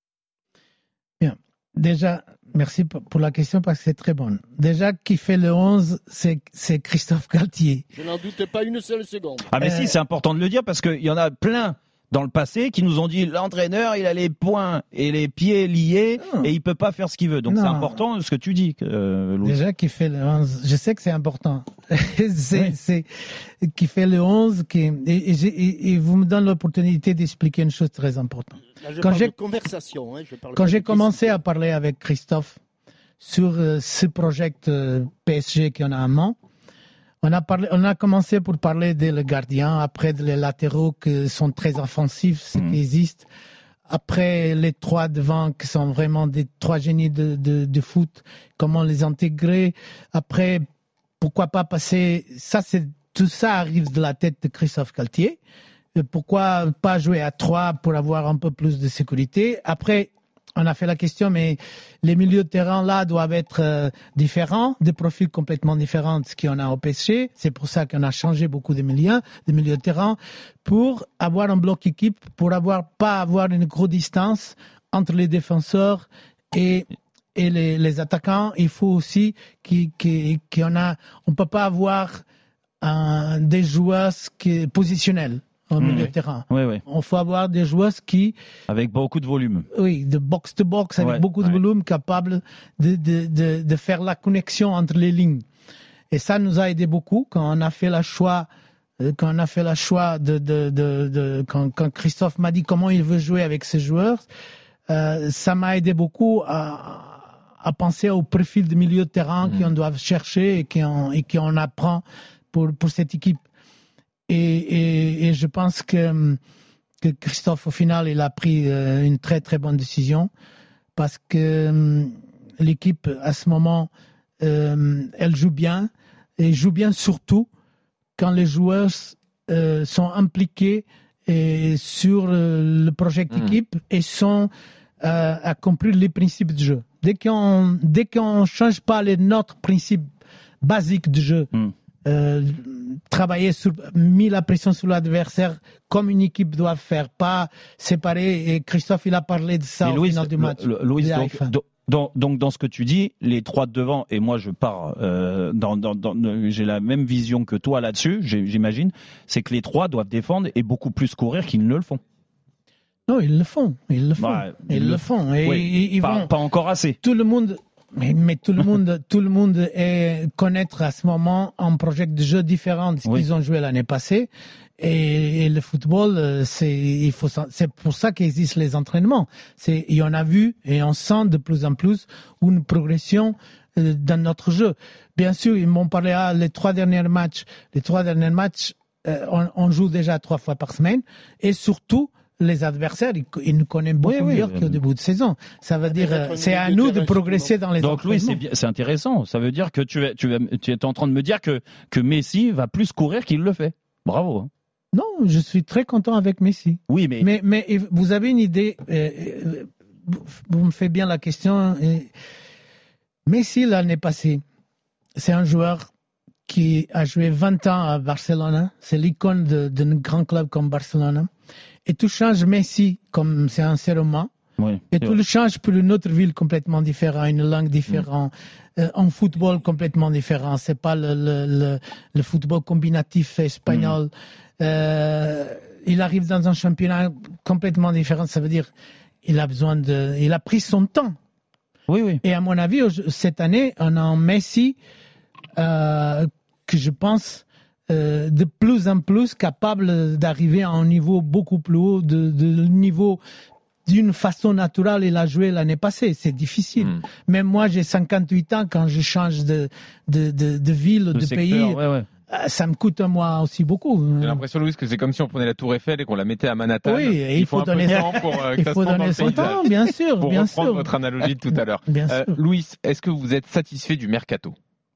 Bien. Déjà, merci pour la question parce que c'est très bonne. Déjà, qui fait le 11, c'est Christophe Galtier. Je n'en doute pas une seule seconde. Ah mais si, c'est important de le dire parce qu'il y en a plein dans le passé qui nous ont dit l'entraîneur, il a les poings et les pieds liés et il peut pas faire ce qu'il veut. Donc c'est important ce que tu dis, Louis. Déjà, qui fait le 11, je sais que c'est important. c'est qui fait le 11 et vous me donnez l'opportunité d'expliquer une chose très importante. Là, je parle de conversation. Quand j'ai commencé à parler avec Christophe sur ce projet PSG qu'on a en main, on a commencé pour parler des gardiens, après les latéraux qui sont très offensifs, ce qui existe. Après les 3 devant qui sont vraiment des 3 génies de foot, comment les intégrer. Après, pourquoi pas passer, tout ça arrive de la tête de Christophe Galtier. Pourquoi pas jouer à 3 pour avoir un peu plus de sécurité. Après, on a fait la question, mais les milieux de terrain là doivent être différents, des profils complètement différents de ce qu'on a au PSG. C'est pour ça qu'on a changé beaucoup de milieux de terrain pour avoir un bloc équipe, pour pas avoir une grosse distance entre les défenseurs et les attaquants. Il faut aussi on peut pas avoir des joueurs positionnels au milieu de terrain. Oui. On faut avoir des joueurs avec beaucoup de volume. Oui, de box to box avec beaucoup de volume, capables de faire la connexion entre les lignes. Et ça nous a aidé beaucoup quand on a fait le choix. Quand Christophe m'a dit comment il veut jouer avec ses joueurs, ça m'a aidé beaucoup à penser au profil de milieu de terrain qu'on doit chercher et qu'on apprend pour cette équipe. Et je pense que Christophe, au final, il a pris une très, très bonne décision parce que l'équipe, à ce moment, elle joue bien. Et joue bien surtout quand les joueurs sont impliqués sur le projet d'équipe et à compris les principes de jeu. Dès qu'on ne change pas notre principe basique de jeu, travailler mis la pression sur l'adversaire comme une équipe doit faire, pas séparer. Et Christophe, il a parlé de ça au final du match. Louis, donc dans ce que tu dis, les 3 de devant, et moi je pars, j'ai la même vision que toi là-dessus, j'imagine, c'est que les 3 doivent défendre et beaucoup plus courir qu'ils ne le font. Non, ils le font. Ils le font. Et ils vont pas encore assez. Tout le monde. Mais tout le monde est connaître à ce moment un projet de jeu différent de ce qu'ils ont joué l'année passée. Et le football, c'est pour ça qu'existent les entraînements. Et on a vu et on sent de plus en plus une progression dans notre jeu. Bien sûr, ils m'ont parlé les 3 derniers matchs. Les 3 derniers matchs, on joue déjà 3 fois par semaine. Et surtout, les adversaires, ils nous connaissent beaucoup mieux qu'au début de saison. Ça veut dire, c'est à nous de progresser dans les entraînements. Donc Louis, c'est intéressant. Ça veut dire que tu es en train de me dire que Messi va plus courir qu'il le fait. Bravo. Hein. Non, je suis très content avec Messi. Oui, mais vous avez une idée. Vous me faites bien la question. Messi, l'année passée, c'est un joueur qui a joué 20 ans à Barcelone. C'est l'icône d'un grand club comme Barcelone. Et tu changes Messi, comme c'est un sérum, Et tout le change pour une autre ville complètement différente, une langue différente, un football complètement différent. C'est pas le football combinatif espagnol. Il arrive dans un championnat complètement différent. Ça veut dire il a pris son temps. Oui. Et à mon avis, cette année, on a un Messi que je pense de plus en plus capable d'arriver à un niveau beaucoup plus haut, de niveau d'une façon naturelle. Il a joué l'année passée, c'est difficile. Même moi, j'ai 58 ans, quand je change de ville, de secteur, pays, ça me coûte moi aussi beaucoup. J'ai l'impression, Louis, que c'est comme si on prenait la Tour Eiffel et qu'on la mettait à Manhattan. Oui, et il faut donner son temps pour que ça se rende dans le son temps, bien sûr. Pour bien reprendre sûr. votre analogie de tout à l'heure. Bien sûr. Louis, est-ce que vous êtes satisfait du mercato?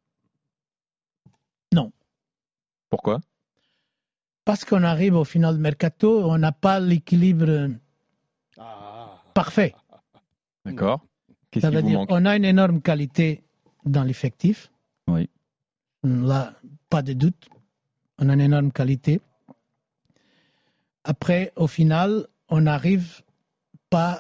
Non. Pourquoi? Parce qu'on arrive au final de mercato, on n'a pas l'équilibre parfait. D'accord. Qu'est-ce Ça qui veut vous dire manque? qu'on a une énorme qualité dans l'effectif. Oui. Là, pas de doute. On a une énorme qualité. Après, au final, on n'arrive pas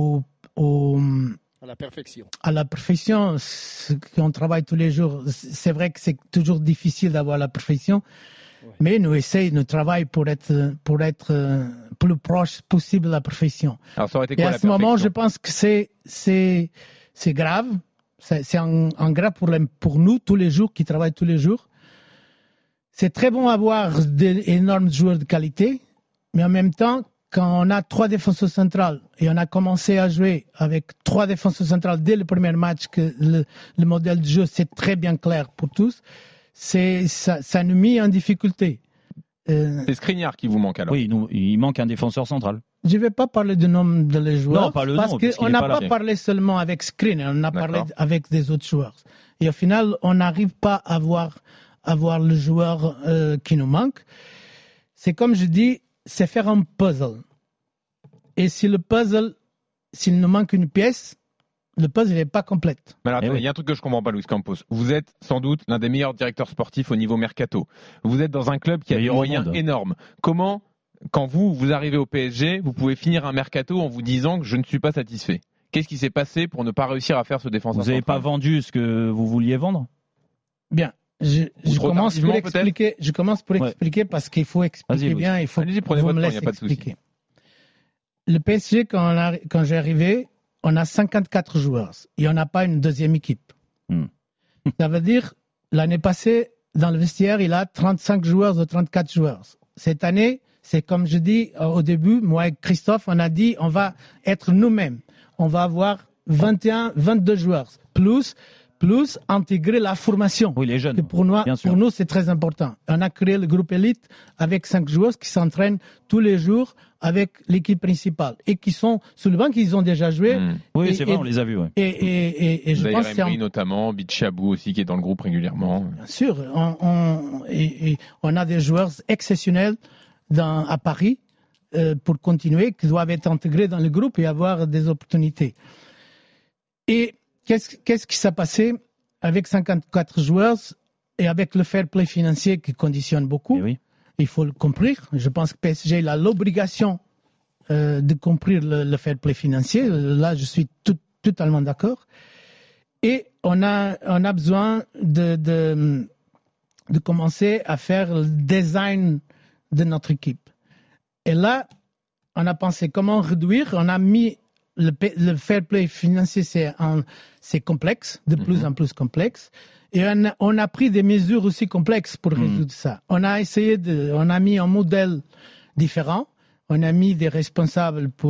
à la perfection. À la perfection, on travaille tous les jours. C'est vrai que c'est toujours difficile d'avoir la perfection, mais nous travaillons pour être plus proche possible de la perfection. Alors, ça aurait été quoi, et à la ce moment, perfection? je pense que c'est grave. C'est un grave problème pour nous tous les jours, qui travaillent tous les jours. C'est très bon d'avoir d'énormes joueurs de qualité, mais en même temps, quand on a 3 défenseurs centrales et on a commencé à jouer avec 3 défenseurs centrales dès le premier match, que le modèle de jeu c'est très bien clair pour tous, ça nous met en difficulté. C'est Skriniar qui vous manque alors? Oui, il manque un défenseur central. Je ne vais pas parler du nom des joueurs, non, pas le parce nom, qu'on n'a pas parlé seulement avec Skriniar, on a parlé avec des autres joueurs. Et au final, on n'arrive pas à avoir le joueur qui nous manque. C'est comme je dis, c'est faire un puzzle. Et si le puzzle, s'il nous manque une pièce, le puzzle n'est pas complet. Mais alors, il y a un truc que je comprends pas, Luis Campos. Vous êtes sans doute l'un des meilleurs directeurs sportifs au niveau mercato. Vous êtes dans un club qui a des moyens énormes. Comment, quand vous arrivez au PSG, vous pouvez finir un mercato en vous disant que je ne suis pas satisfait? Qu'est-ce qui s'est passé pour ne pas réussir à faire ce défenseur? Vous n'avez pas vendu ce que vous vouliez vendre? Bien. Je commence pour expliquer parce qu'il faut expliquer bien. Il faut prenez votre temps, il n'y a pas de souci. Le PSG, quand j'ai arrivé, on a 54 joueurs et on n'a pas une deuxième équipe. Ça veut dire, l'année passée, dans le vestiaire, il a 35 joueurs ou 34 joueurs. Cette année, c'est comme je dis au début, moi et Christophe, on a dit on va être nous-mêmes. On va avoir 21, 22 joueurs, plus intégrer la formation. Oui, les jeunes. Pour nous, c'est très important. On a créé le groupe élite avec 5 joueurs qui s'entraînent tous les jours avec l'équipe principale et qui sont sur le banc, ils ont déjà joué. Oui, c'est vrai, on les a vus. Ouais. Et je pense que notamment, Bichabou aussi qui est dans le groupe régulièrement. Bien sûr, on a des joueurs exceptionnels à Paris pour continuer, qui doivent être intégrés dans le groupe et avoir des opportunités. Et qu'est-ce qui s'est passé avec 54 joueurs et avec le fair play financier qui conditionne beaucoup? Il faut le comprendre. Je pense que PSG a l'obligation de comprendre le fair play financier. Là, je suis totalement d'accord. Et on a besoin de commencer à faire le design de notre équipe. Et là, on a pensé comment réduire. On a mis le fair play financier, c'est complexe, de plus en plus complexe. Et on a pris des mesures aussi complexes pour résoudre ça. On a mis un modèle différent. On a mis des responsables pour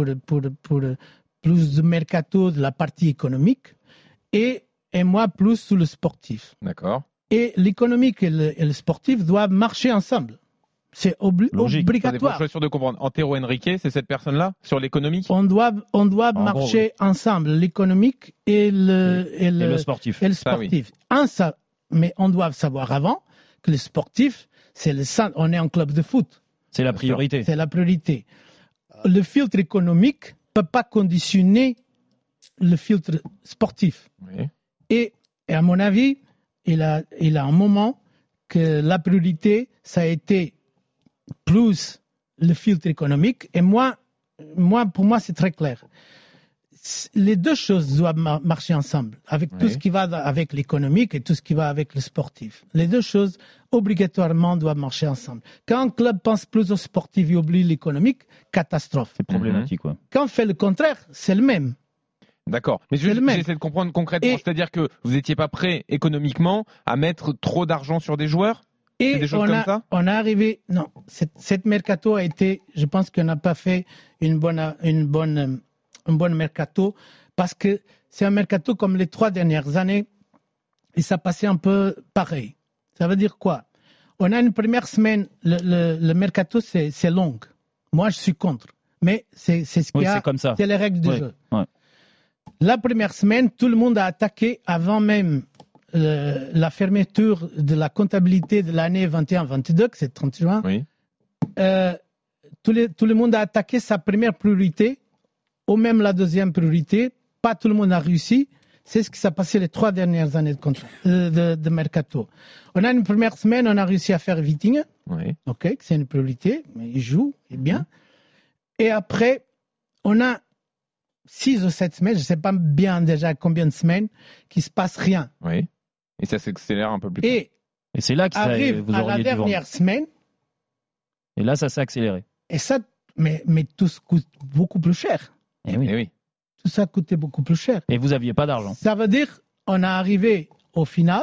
plus de mercato de la partie économique et moi plus sur le sportif. D'accord. Et l'économique et le sportif doivent marcher ensemble. C'est obligatoire. Je suis sûr de comprendre. Antero Henrique, c'est cette personne-là sur l'économique? On doit marcher ensemble, l'économique et le sportif. Et le sportif. Mais on doit savoir avant que le sportif, on est un club de foot. C'est la priorité. C'est la priorité. Le filtre économique ne peut pas conditionner le filtre sportif. Oui. Et à mon avis, il a un moment que la priorité, ça a été plus le filtre économique. Et pour moi, c'est très clair. les deux choses doivent marcher ensemble, avec tout ce qui va avec l'économique et tout ce qui va avec le sportif. Les deux choses, obligatoirement, doivent marcher ensemble. Quand un club pense plus au sportif et oublie l'économique, catastrophe. C'est problématique, quoi. Quand on fait le contraire, c'est le même. D'accord. Mais j'essaie de comprendre concrètement. C'est-à-dire que vous n'étiez pas prêt économiquement à mettre trop d'argent sur des joueurs? Et des choses comme ça? On est arrivé. Non, cette mercato a été. Je pense qu'on n'a pas fait une bonne mercato parce que c'est un mercato comme les 3 dernières années et ça passait un peu pareil. Ça veut dire quoi? On a une première semaine. Le mercato c'est long. Moi je suis contre. Mais c'est ce qu'il y a. C'est comme ça. C'est les règles du jeu. Ouais. La première semaine, tout le monde a attaqué avant même la fermeture de la comptabilité de l'année 21-22, que c'est 30 juin. Oui. Tout le monde a attaqué sa première priorité, ou même la deuxième priorité. Pas tout le monde a réussi. C'est ce qui s'est passé les 3 dernières années de mercato. On a une première semaine, on a réussi à faire Vitinha. Oui. Ok, c'est une priorité, mais il joue, il est bien. Et après, on a 6 ou 7 semaines, je ne sais pas bien déjà combien de semaines, qu'il ne se passe rien. Oui. Et ça s'accélère un peu plus. Et c'est là que arrive vous à auriez la dernière semaine. Et là, ça s'est accéléré. Et ça, mais tout ça coûte beaucoup plus cher. Et oui. Tout ça coûtait beaucoup plus cher. Et vous n'aviez pas d'argent. Ça veut dire qu'on est arrivé au final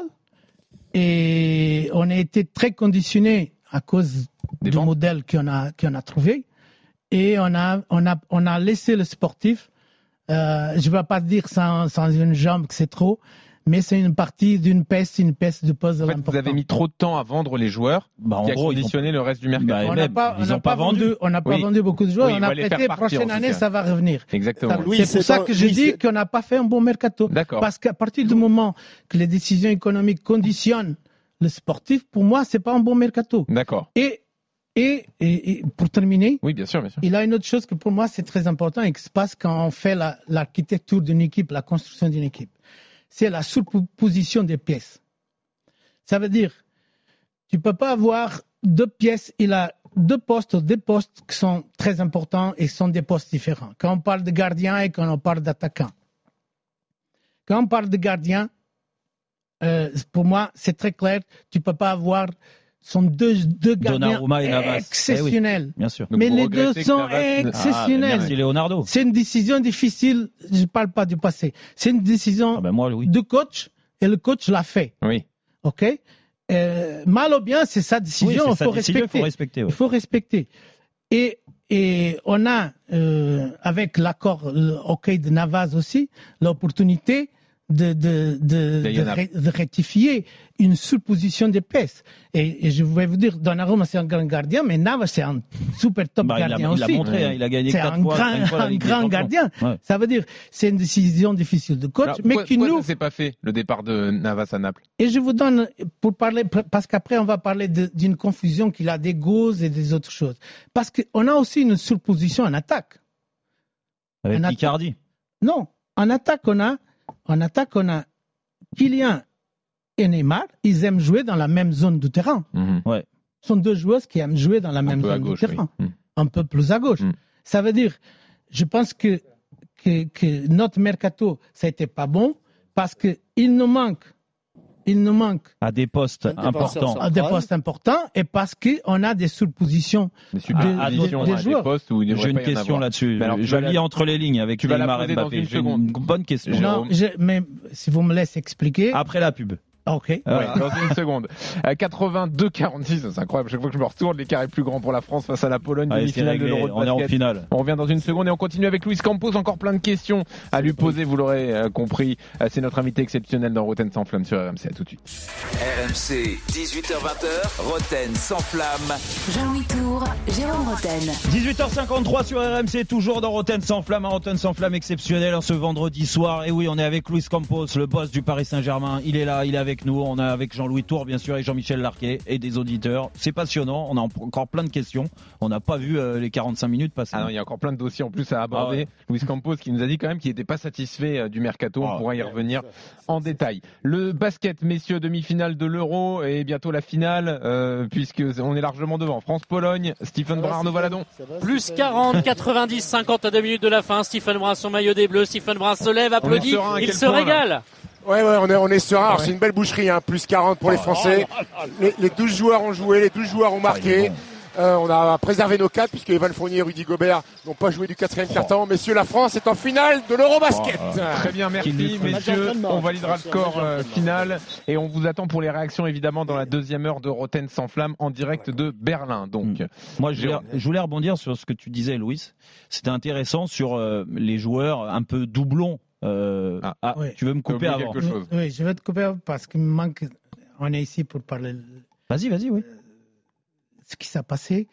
et on a été très conditionné à cause du modèle qu'on a trouvé. Et on a laissé le sportif. Je ne vais pas dire sans une jambe que c'est trop, mais c'est une partie d'une pièce de puzzle importante. Vous avez mis trop de temps à vendre les joueurs, qui a conditionné le reste du mercato. On n'a pas vendu beaucoup de joueurs. On a prêté, prochaine année, ça va revenir. Exactement. C'est pour ça que je dis qu'on n'a pas fait un bon mercato. D'accord. Parce qu'à partir du moment que les décisions économiques conditionnent le sportif, pour moi, c'est pas un bon mercato. D'accord. Et pour terminer, oui, bien sûr. Il y a une autre chose que pour moi c'est très important et qui se passe quand on fait l'architecture d'une équipe, la construction d'une équipe. C'est la superposition des pièces. Ça veut dire, tu peux pas avoir 2 pièces, il a 2 postes qui sont très importants et sont des postes différents. Quand on parle de gardien et quand on parle d'attaquant. Quand on parle de gardien, pour moi c'est très clair, tu peux pas avoir sont deux gardiens exceptionnels. Bien sûr. Mais les deux sont exceptionnels. Merci Leonardo. C'est une décision difficile. Je ne parle pas du passé. C'est une décision du coach et le coach l'a fait. Oui. Ok. Mal ou bien, c'est sa décision. Il faut respecter. Et on a, avec l'accord OK de Navas aussi, l'opportunité de rectifier une surposition des pièces. Et je vais vous dire, Donnarumma c'est un grand gardien, mais Navas c'est un super top gardien aussi. Il a montré, il a gagné 4 fois. C'est un grand gardien. Ouais. Ça veut dire, c'est une décision difficile de coach. Alors, pourquoi ça s'est pas fait, le départ de Navas à Naples? Et je vous donne, pour parler, parce qu'après on va parler d'une confusion qu'il a des gauches et des autres choses. Parce qu'on a aussi une surposition en attaque. Avec Icardi? Non, en attaque on a Kylian et Neymar, ils aiment jouer dans la même zone du terrain. Ouais. Ce sont 2 joueurs qui aiment jouer dans la même zone du terrain. Oui. Un peu plus à gauche. Ça veut dire, je pense que notre mercato, ça n'était pas bon parce qu'il nous manque à des postes importants. Et parce qu'on a des surpositions des joueurs. Des postes où j'ai une question là-dessus. Je lis entre les lignes avec Neymar et Mbappé. J'ai une bonne question. Non, mais si vous me laissez expliquer. Après la pub. Ok. Voilà, dans une seconde. 82-46, c'est incroyable. Chaque fois que je me retourne, l'écart est plus grand pour la France face à la Pologne. Demi-finale de l'Euro de basket. On est en finale. On revient dans une seconde et on continue avec Luis Campos. Encore plein de questions à lui poser, vous l'aurez compris. C'est notre invité exceptionnel dans Roten sans flamme sur RMC. À tout de suite. RMC, 18h20, Roten sans flamme. Jean-Louis Tour, Jérôme Roten. 18h53 sur RMC, toujours dans Roten sans flamme. Un Roten sans flamme exceptionnel en ce vendredi soir. Et oui, on est avec Luis Campos, le boss du Paris Saint-Germain. Il est là, il est avec avec nous. On a avec Jean-Louis Tour, bien sûr, et Jean-Michel Larquet et des auditeurs. C'est passionnant. On a encore plein de questions. On n'a pas vu les 45 minutes passer. Ah non, il y a encore plein de dossiers en plus à aborder. Luis Campos qui nous a dit quand même qu'il n'était pas satisfait du mercato. On pourra y revenir en détail. Le basket, messieurs, demi-finale de l'Euro et bientôt la finale, puisque on est largement devant. France-Pologne, Stephen Brun, Arnaud Valadon. Plus 40, 90, 50 à 2 minutes de la fin. Stephen Brun, son maillot des Bleus. Stephen Brun se lève, applaudit. Il se régale. Ouais, on est serein. Alors, c'est une belle boucherie, hein. Plus 40 pour les Français. Les 12 joueurs ont joué, les 12 joueurs ont marqué. On a préservé nos 4 puisque Evan Fournier et Rudy Gobert n'ont pas joué du 4e quart-temps. Messieurs, la France est en finale de l'Eurobasket. Très bien, merci messieurs. On validera le score final et on vous attend pour les réactions évidemment dans la deuxième heure de Roten sans flamme en direct de Berlin. Donc, moi je voulais rebondir sur ce que tu disais, Louis. C'était intéressant sur les joueurs un peu doublons. Oui. Tu veux me couper avant quelque chose. Oui, je vais te couper parce qu'il me manque. On est ici pour parler. Vas-y, oui. Ce qui s'est passé.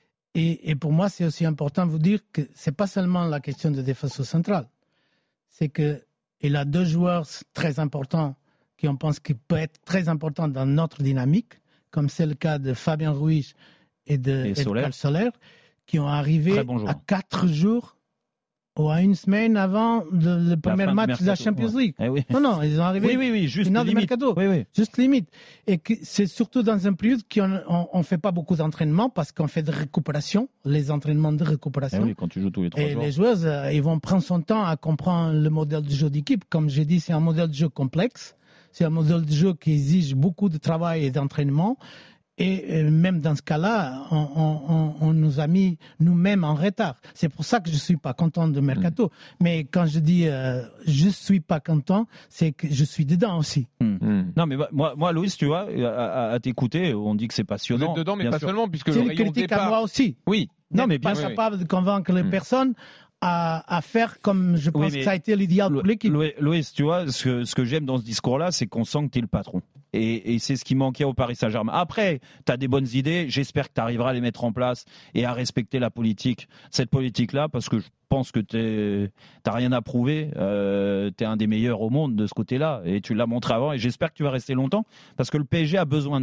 Et pour moi, c'est aussi important de vous dire que c'est pas seulement la question de défenseur central. C'est qu'il a 2 joueurs très importants qui on pense qu'il peut être très important dans notre dynamique, comme c'est le cas de Fabien Ruiz et de Carl Soler, qui ont arrivé à 4 jours ou à une semaine avant le premier match de la Champions League. Oui. Non, ils ont arrivé juste final limite. de mercato. Juste limite. Et que c'est surtout dans un période qu'on ne fait pas beaucoup d'entraînement parce qu'on fait de récupération, les entraînements de récupération. Oui, quand tu joues tous les 3 jours. Et les joueurs, ils vont prendre son temps à comprendre le modèle de jeu d'équipe. Comme j'ai dit, c'est un modèle de jeu complexe. C'est un modèle de jeu qui exige beaucoup de travail et d'entraînement. Et même dans ce cas-là, on nous a mis nous-mêmes en retard. C'est pour ça que je suis pas content de Mercato. Mais quand je dis je suis pas content, c'est que je suis dedans aussi. Non, mais moi, Louis, tu vois, à t'écouter, on dit que c'est passionnant. Vous êtes dedans, mais pas seulement, puisque c'est le une rayon critique départ... à moi aussi. Oui. Non, mais pas capable de convaincre les personnes à faire comme je pense que ça a été l'idéal pour l'équipe. Louis, tu vois, ce que j'aime dans ce discours-là, c'est qu'on sent que tu es le patron. Et c'est ce qui manquait au Paris Saint-Germain. Après, tu as des bonnes idées. J'espère que tu arriveras à les mettre en place et à respecter la politique, cette politique-là, parce que je pense que tu n'as rien à prouver. Tu es un des meilleurs au monde de ce côté-là. Et tu l'as montré avant. Et j'espère que tu vas rester longtemps, parce que le PSG a besoin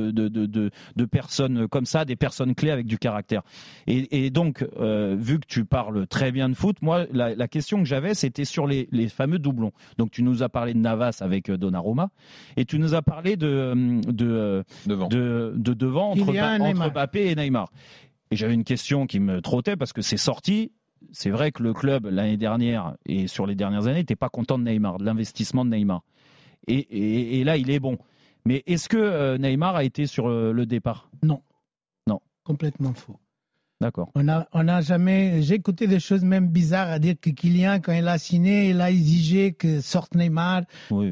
de personnes comme ça, des personnes clés avec du caractère. Et donc, vu que tu parles très bien de foot, moi, la question que j'avais, c'était sur les fameux doublons. Donc, tu nous as parlé de Navas avec Donnarumma. Et tu nous as parlé de devant entre Mbappé et Neymar. Et j'avais une question qui me trottait parce que c'est sorti. C'est vrai que le club l'année dernière et sur les dernières années n'était pas content de Neymar, de l'investissement de Neymar. Et là, il est bon. Mais est-ce que Neymar a été sur le départ ? Non. Complètement faux. D'accord. On a jamais. J'ai écouté des choses même bizarres à dire que Kylian, quand il a signé, il a exigé que sorte Neymar. Oui.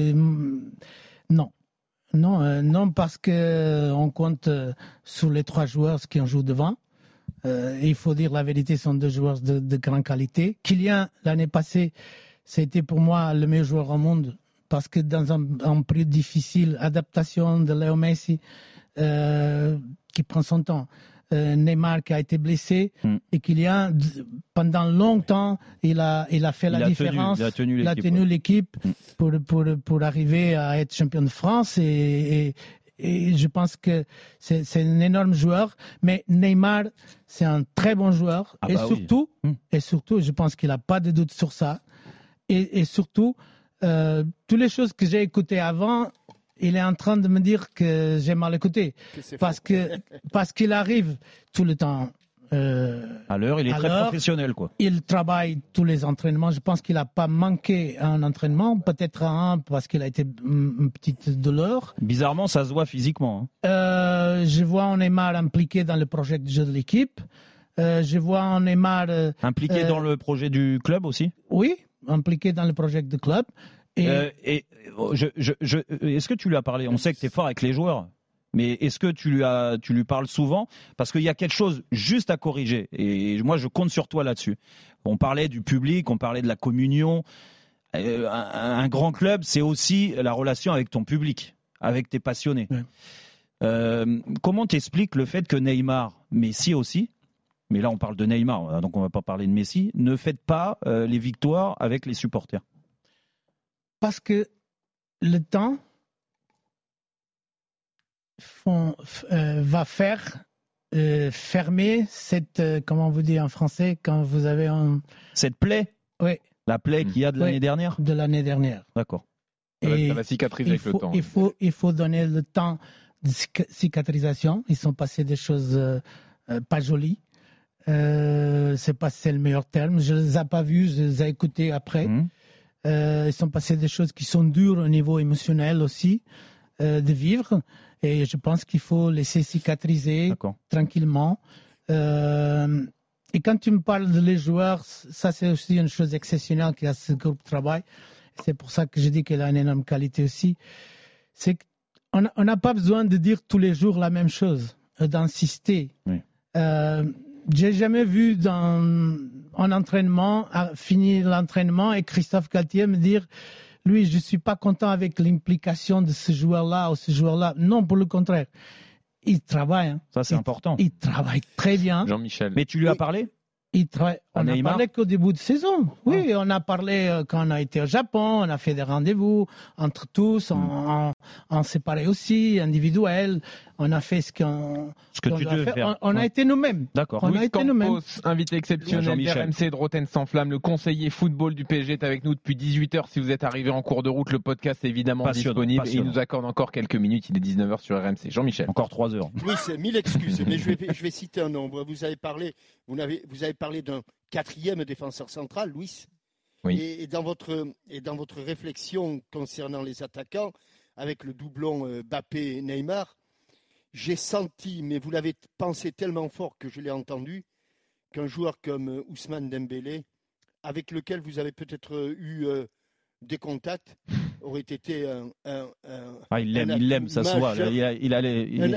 Non, parce que on compte sur les 3 joueurs qui en jouent devant. Il faut dire la vérité, ce sont 2 joueurs de grande qualité. Kylian, l'année passée, c'était pour moi le meilleur joueur au monde parce que dans un période difficile, adaptation de Léo Messi qui prend son temps. Neymar qui a été blessé et Kylian, pendant longtemps, il a fait la différence. Il a tenu l'équipe pour arriver à être champion de France et je pense que c'est un énorme joueur. Mais Neymar, c'est un très bon joueur. Et surtout, je pense qu'il n'a pas de doute sur ça. Et surtout, toutes les choses que j'ai écoutées avant, il est en train de me dire que j'ai mal écouté. Parce qu'il arrive tout le temps. À l'heure, il est très professionnel, quoi. Il travaille tous les entraînements. Je pense qu'il n'a pas manqué un entraînement, peut-être un parce qu'il a été une petite douleur. Bizarrement, ça se voit physiquement. Je vois Neymar impliqué dans le projet de jeu de l'équipe. Je vois Neymar impliqué dans le projet du club aussi. Oui, impliqué dans le projet du club. Est-ce que tu lui as parlé ? On sait que tu es fort avec les joueurs. Mais est-ce que tu lui parles souvent ? Parce qu'il y a quelque chose juste à corriger. Et moi, je compte sur toi là-dessus. On parlait du public, on parlait de la communion. Un grand club, c'est aussi la relation avec ton public, avec tes passionnés. Ouais. Comment t'expliques le fait que Neymar, Messi aussi, mais là on parle de Neymar, donc on ne va pas parler de Messi, ne fête pas les victoires avec les supporters ? Parce que le temps va fermer cette, comment vous dit en français, quand vous avez cette plaie. Oui. La plaie qu'il y a de l'année dernière. De l'année dernière. D'accord. Ça va cicatriser avec le temps. Il faut donner le temps de cicatrisation. Ils sont passés des choses pas jolies. C'est pas le meilleur terme. Je les ai pas vus, je les ai écoutés après. Ils sont passés des choses qui sont dures au niveau émotionnel aussi de vivre. Et je pense qu'il faut laisser cicatriser tranquillement. Et quand tu me parles de les joueurs, ça c'est aussi une chose exceptionnelle qu'il y a ce groupe de travail. C'est pour ça que je dis qu'il a une énorme qualité aussi. C'est qu'on n'a pas besoin de dire tous les jours la même chose, d'insister. Oui. J'ai jamais vu en entraînement, finir l'entraînement et Christophe Galtier me dire lui, je suis pas content avec l'implication de ce joueur-là ou ce joueur-là. Non, pour le contraire. Il travaille. Hein. Ça, c'est important. Il travaille très bien. Jean-Michel. Mais tu lui as parlé? Il travaille. On a parlé qu'au début de saison. Oui, on a parlé quand on a été au Japon, on a fait des rendez-vous entre tous, en séparé aussi, individuel. On a fait ce que tu devais faire. On a été nous-mêmes. D'accord. On a été nous-mêmes. Invité exceptionnel d'RMC de Rotten sans flamme, le conseiller football du PSG est avec nous depuis 18h. Si vous êtes arrivé en cours de route, le podcast est évidemment disponible. Et il nous accorde encore quelques minutes. Il est 19h sur RMC. Jean-Michel. Encore 3 heures. Oui, c'est 1000 excuses, mais je vais citer un nombre. Vous avez parlé d'un 4e défenseur central, Luis. Oui. Et dans votre réflexion concernant les attaquants, avec le doublon Mbappé-Neymar, j'ai senti, mais vous l'avez pensé tellement fort que je l'ai entendu, qu'un joueur comme Ousmane Dembélé, avec lequel vous avez peut-être eu des contacts, aurait été il l'aime, ça se voit. Il a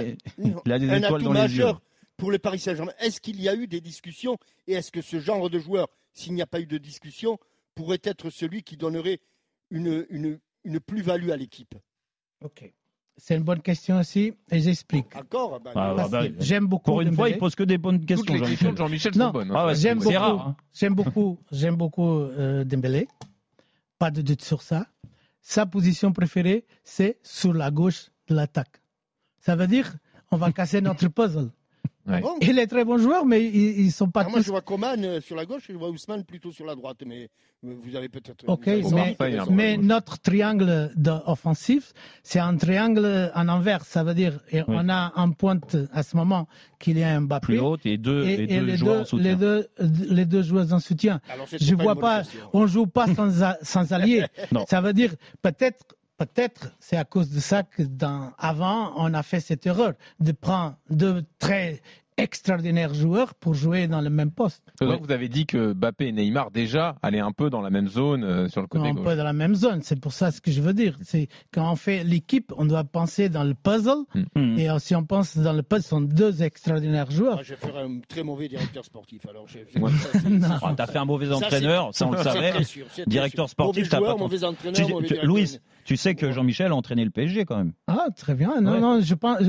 des étoiles dans les yeux. Pour le Paris Saint-Germain. Est-ce qu'il y a eu des discussions et est-ce que ce genre de joueur, s'il n'y a pas eu de discussion, pourrait être celui qui donnerait une plus-value à l'équipe? Ok. C'est une bonne question aussi et j'explique. D'accord. J'aime beaucoup. Pour une fois, il pose que des bonnes questions. Toutes les questions de Jean-Michel sont bonnes. C'est rare. J'aime beaucoup Dembélé. Pas de doute sur ça. Sa position préférée, c'est sur la gauche de l'attaque. Ça veut dire on va casser notre puzzle. Ouais. Bon. Il est très bon joueur, mais ils sont pas tous... Moi, je vois Coman sur la gauche et je vois Ousmane plutôt sur la droite. Mais vous avez peut-être... Ok, mais notre triangle offensif, c'est un triangle en envers. Ça veut dire on a en pointe à ce moment qu'il y a Mbappé. Plus haute et deux joueurs en soutien. Les deux joueurs en soutien. Alors, je vois pas... On joue pas sans alliés. Ça veut dire Peut-être c'est à cause de ça que avant on a fait cette erreur de prendre deux très extraordinaires joueurs pour jouer dans le même poste. Donc vous avez dit que Mbappé et Neymar déjà allaient un peu dans la même zone sur le côté gauche. Un peu dans la même zone, c'est pour ça ce que je veux dire. C'est quand on fait l'équipe, on doit penser dans le puzzle. Et si on pense dans le puzzle, ce sont deux extraordinaires joueurs. Moi, je ferais un très mauvais directeur sportif. Alors, t'as fait un mauvais entraîneur, ça on le savait. Directeur sportif, t'as pas. Mauvais entraîneur, mauvais directeur. Louis, tu sais que Jean-Michel a entraîné le PSG quand même. Ah, très bien. Non, je pense.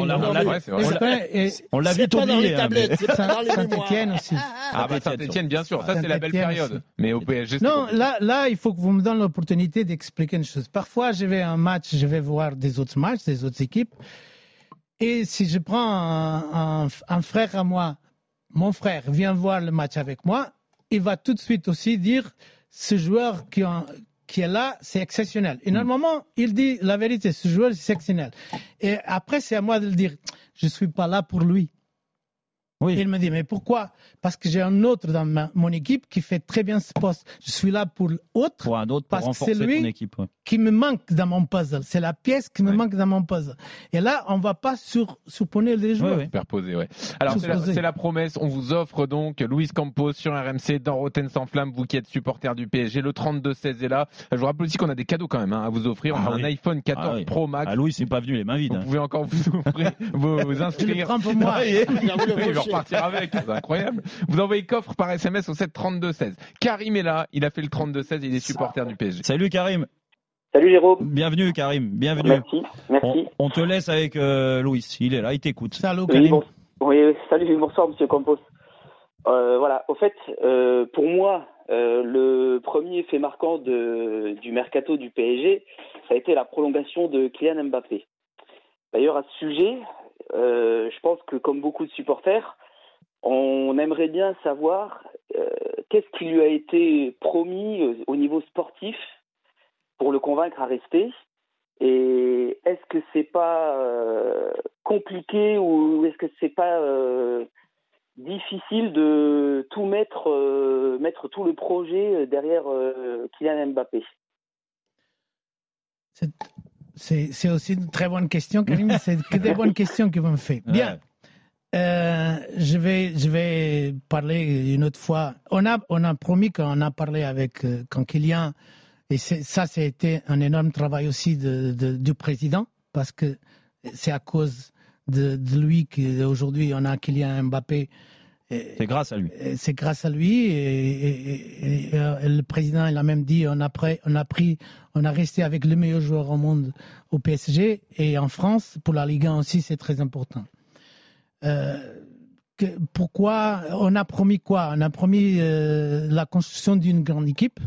On l'a vite pas dans les oublié. tablettes, c'est pas dans les mémoires. Saint-Étienne aussi. Saint-Étienne, bien sûr. Ça, c'est la belle période. Mais au PSG, non, là, il faut que vous me donniez l'opportunité d'expliquer une chose. Parfois, je vais à un match, je vais voir des autres matchs, des autres équipes. Et si je prends un frère à moi, mon frère vient voir le match avec moi, il va tout de suite aussi dire ce joueur qui est là, c'est exceptionnel. Et normalement, il dit la vérité, ce joueur, c'est exceptionnel. Et après, c'est à moi de le dire, je ne suis pas là pour lui. Oui. Il me dit, mais pourquoi? Parce que j'ai un autre dans mon équipe qui fait très bien ce poste. Je suis là pour l'autre. Pour un autre, pour renforcer ton équipe. Ouais. Qui me manque dans mon puzzle. C'est la pièce qui me manque dans mon puzzle. Et là, on ne va pas supposer les joueurs. Superposer, ouais. Alors, c'est la promesse. On vous offre donc Luis Campos sur RMC dans Rotten sans flamme. Vous qui êtes supporter du PSG. Le 32-16 est là. Je vous rappelle aussi qu'on a des cadeaux quand même à vous offrir. On a un iPhone 14 Pro Max. Louis n'est pas venu les mains vides. Vous pouvez encore vous inscrire. Je le prends pour moi. Il va repartir avec. C'est incroyable. Vous envoyez coffre par SMS au 7 32-16. Karim est là. Il a fait le 32-16. Il est supporter du PSG. Salut Karim. Salut Jérôme. Bienvenue Karim. Bienvenue. Merci. On te laisse avec Louis. Il est là. Il t'écoute. Salut Karim. Salut. Bonsoir Monsieur Campos. Voilà. Au fait, pour moi, le premier fait marquant du mercato du PSG, ça a été la prolongation de Kylian Mbappé. D'ailleurs, à ce sujet, je pense que comme beaucoup de supporters, on aimerait bien savoir qu'est-ce qui lui a été promis au niveau sportif pour le convaincre à rester. Et est-ce que c'est pas compliqué ou est-ce que c'est pas difficile de tout mettre tout le projet derrière Kylian Mbappé? C'est aussi une très bonne question, Karim. C'est que des bonnes questions que vous me faites. Bien. Je vais parler une autre fois. On a promis qu'on a parlé avec quand Kylian, et ça a été un énorme travail aussi du président, parce que c'est à cause de lui qu'aujourd'hui on a Kylian Mbappé. C'est grâce à lui. C'est grâce à lui et le président il a même dit on a resté avec le meilleur joueur au monde au PSG et en France pour la Ligue 1 aussi c'est très important. Pourquoi on a promis quoi? On a promis la construction d'une grande équipe.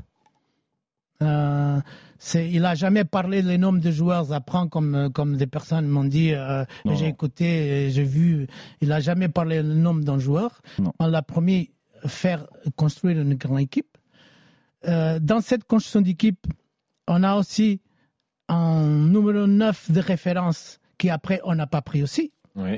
Il n'a jamais parlé les noms de joueurs à prendre comme des personnes m'ont dit. J'ai écouté, j'ai vu. Il n'a jamais parlé le nom d'un joueur. Non. On l'a promis faire construire une grande équipe. Dans cette construction d'équipe, on a aussi un numéro 9 de référence qui après on n'a pas pris aussi. Oui.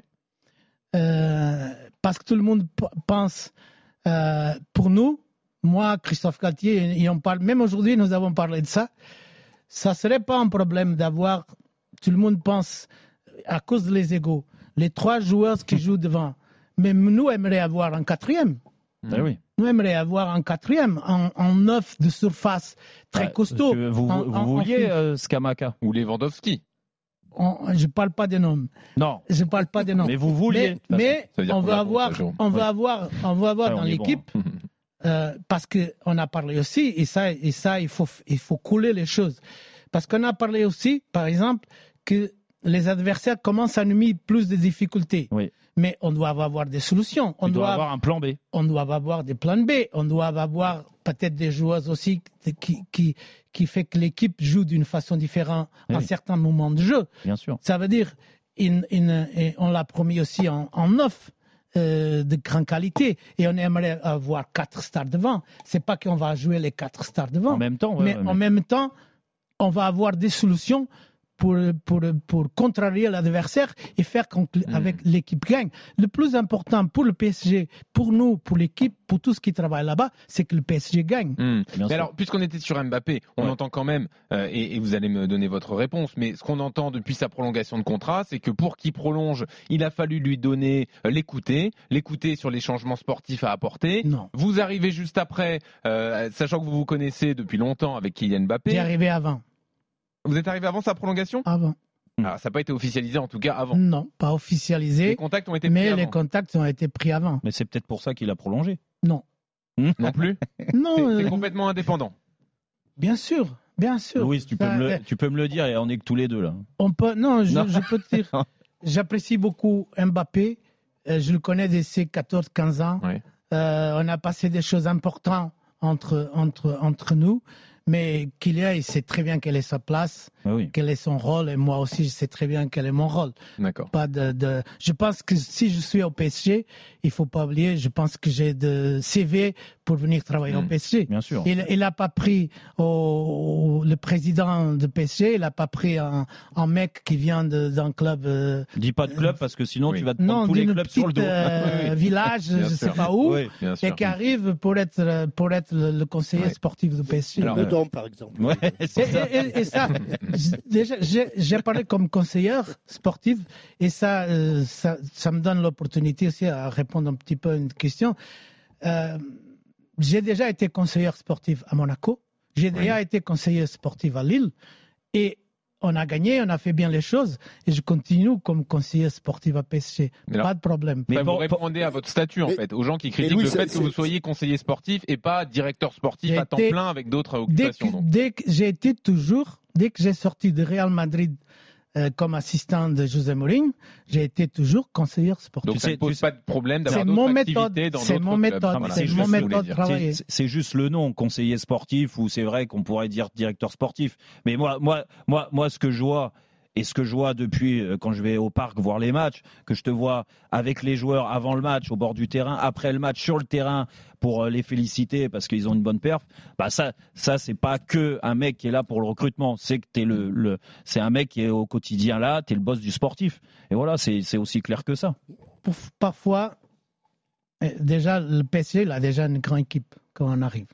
Parce que tout le monde pense pour nous. Moi, Christophe Galtier, et on parle, même aujourd'hui, nous avons parlé de ça. Ça ne serait pas un problème d'avoir, tout le monde pense, à cause des égos, les 3 joueurs qui jouent devant. Mais nous aimerions avoir un 4e. Oui. Nous aimerions avoir un 4e, en 9 de surface, très costaud. Vous vouliez Scamacca ou Lewandowski. Je ne parle pas des noms. Non. Je ne parle pas des noms. Mais vous vouliez. Mais on veut avoir dans l'équipe. Parce qu'on a parlé aussi, et ça il faut couler les choses. Parce qu'on a parlé aussi, par exemple, que les adversaires commencent à nous mettre plus de difficultés. Oui. Mais on doit avoir des solutions. On doit avoir un plan B. On doit avoir des plans B. On doit avoir peut-être des joueurs aussi qui fait que l'équipe joue d'une façon différente à certains moments de jeu. Bien sûr. Ça veut dire, on l'a promis aussi en 9. De grande qualité et on aimerait avoir 4 stars devant. C'est pas qu'on va jouer les 4 stars devant. En même temps, en même temps, on va avoir des solutions pour contrarier l'adversaire et faire avec l'équipe gagne. Le plus important pour le PSG, pour nous, pour l'équipe, pour tous ceux qui travaillent là-bas, c'est que le PSG gagne. Mais alors, puisqu'on était sur Mbappé, on entend quand même, et vous allez me donner votre réponse, mais ce qu'on entend depuis sa prolongation de contrat, c'est que pour qu'il prolonge, il a fallu lui donner l'écouter sur les changements sportifs à apporter. Non. Vous arrivez juste après, sachant que vous vous connaissez depuis longtemps avec Kylian Mbappé. J'ai arrivé avant. Vous êtes arrivé avant sa prolongation ? Avant. Ah, ça n'a pas été officialisé en tout cas avant. Non, pas officialisé. Les contacts ont été pris avant. Mais les contacts ont été pris avant. Mais c'est peut-être pour ça qu'il a prolongé. Non. Non plus. Non. C'est complètement indépendant. Bien sûr. Louis, tu peux me le dire et on est que tous les deux là. Je peux te dire. J'apprécie beaucoup Mbappé. Je le connais dès ses 14-15 ans. Oui. On a passé des choses importantes entre nous. Mais Kylian, il sait très bien quelle est sa place, quel est son rôle, et moi aussi, je sais très bien quel est mon rôle. D'accord. Je pense que si je suis au PSG, il faut pas oublier, je pense que j'ai de CV pour venir travailler au PSG. Bien sûr. Il n'a pas pris le président de PSG, il n'a pas pris un mec qui vient d'un club. Dis pas de club parce que sinon tu vas te prendre tous les clubs sur le dos. Village, je sais pas où, et qui arrive pour être le conseiller sportif du PSG. Alors, par exemple. Ouais, et ça, déjà, j'ai parlé comme conseillère sportive et ça me donne l'opportunité aussi à répondre un petit peu à une question. J'ai déjà été conseillère sportive à Monaco, j'ai déjà été conseillère sportive à Lille et on a gagné, on a fait bien les choses et je continue comme conseiller sportif à PSG. Pas de problème. Mais vous répondez à votre statut en fait, aux gens qui critiquent le fait que vous soyez conseiller sportif et pas directeur sportif à temps plein avec d'autres occupations. Dès que j'ai sorti de Real Madrid comme assistant de José Mourinho, j'ai été toujours conseiller sportif. Donc ça ne pose pas de problème d'avoir d'autres activités dans d'autres clubs. C'est mon méthode de travailler. C'est juste le nom, conseiller sportif, ou c'est vrai qu'on pourrait dire directeur sportif. Mais moi, ce que je vois, Et ce que je vois depuis quand je vais au parc voir les matchs, que je te vois avec les joueurs avant le match, au bord du terrain, après le match sur le terrain pour les féliciter parce qu'ils ont une bonne perf, bah ça c'est pas que un mec qui est là pour le recrutement, c'est que t'es c'est un mec qui est au quotidien là, t'es le boss du sportif. Et voilà, c'est aussi clair que ça. Parfois, déjà le PSG il a déjà une grande équipe quand on arrive.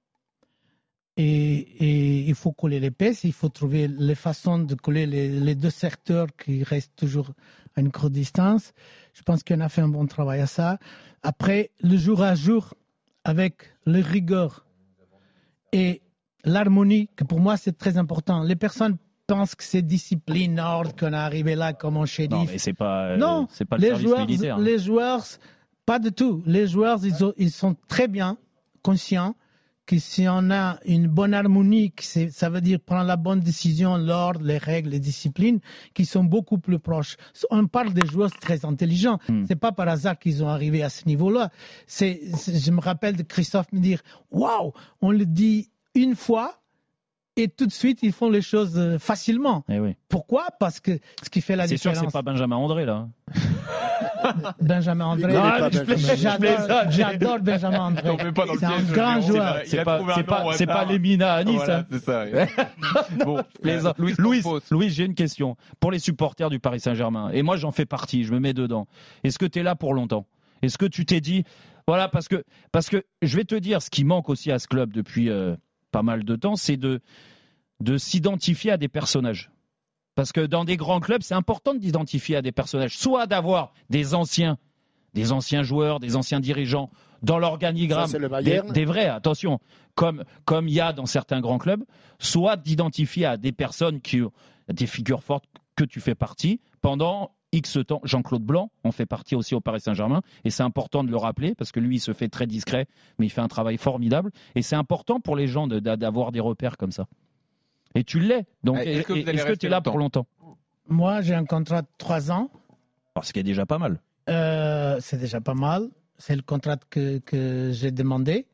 Et il faut coller les pièces, il faut trouver les façons de coller les deux secteurs qui restent toujours à une courte distance. Je pense qu'on a fait un bon travail à ça. Après, le jour à jour, avec le rigueur et l'harmonie, que pour moi c'est très important. Les personnes pensent que c'est discipline, ordre, qu'on est arrivé là comme un shérif. Non, mais c'est pas le les service joueurs, militaire. Les joueurs, pas du tout. Les joueurs, ils sont très bien conscients que si on a une bonne harmonie, ça veut dire prendre la bonne décision, l'ordre, les règles, les disciplines, qui sont beaucoup plus proches. On parle des joueurs très intelligents. C'est pas par hasard qu'ils ont arrivé à ce niveau-là. Je me rappelle de Christophe me dire, waouh, on le dit une fois, et tout de suite, ils font les choses facilement. Eh oui. Pourquoi ? Parce que ce qui fait la différence... C'est sûr que c'est pas Benjamin André, là. Benjamin André, j'adore Benjamin André. C'est un grand joueur. C'est pas Lemina à Nice. Voilà, c'est ça. Bon, Louis, j'ai une question. Pour les supporters du Paris Saint-Germain, et moi j'en fais partie, je me mets dedans. Est-ce que tu es là pour longtemps ? Est-ce que tu t'es dit... Voilà, parce que je vais te dire, ce qui manque aussi à ce club depuis pas mal de temps, c'est de s'identifier à des personnages. Parce que dans des grands clubs, c'est important d'identifier à des personnages. Soit d'avoir des anciens joueurs, des anciens dirigeants dans l'organigramme, des vrais, attention, comme il y a dans certains grands clubs, soit d'identifier à des personnes des figures fortes que tu fais partie pendant X temps. Jean-Claude Blanc en fait partie aussi au Paris Saint-Germain, et c'est important de le rappeler parce que lui, il se fait très discret, mais il fait un travail formidable, et c'est important pour les gens d'avoir des repères comme ça. Et tu l'es. Donc, est-ce que tu es là pour longtemps ? Moi, j'ai un contrat de 3 ans. Ce qui est déjà pas mal. C'est déjà pas mal. C'est le contrat que j'ai demandé.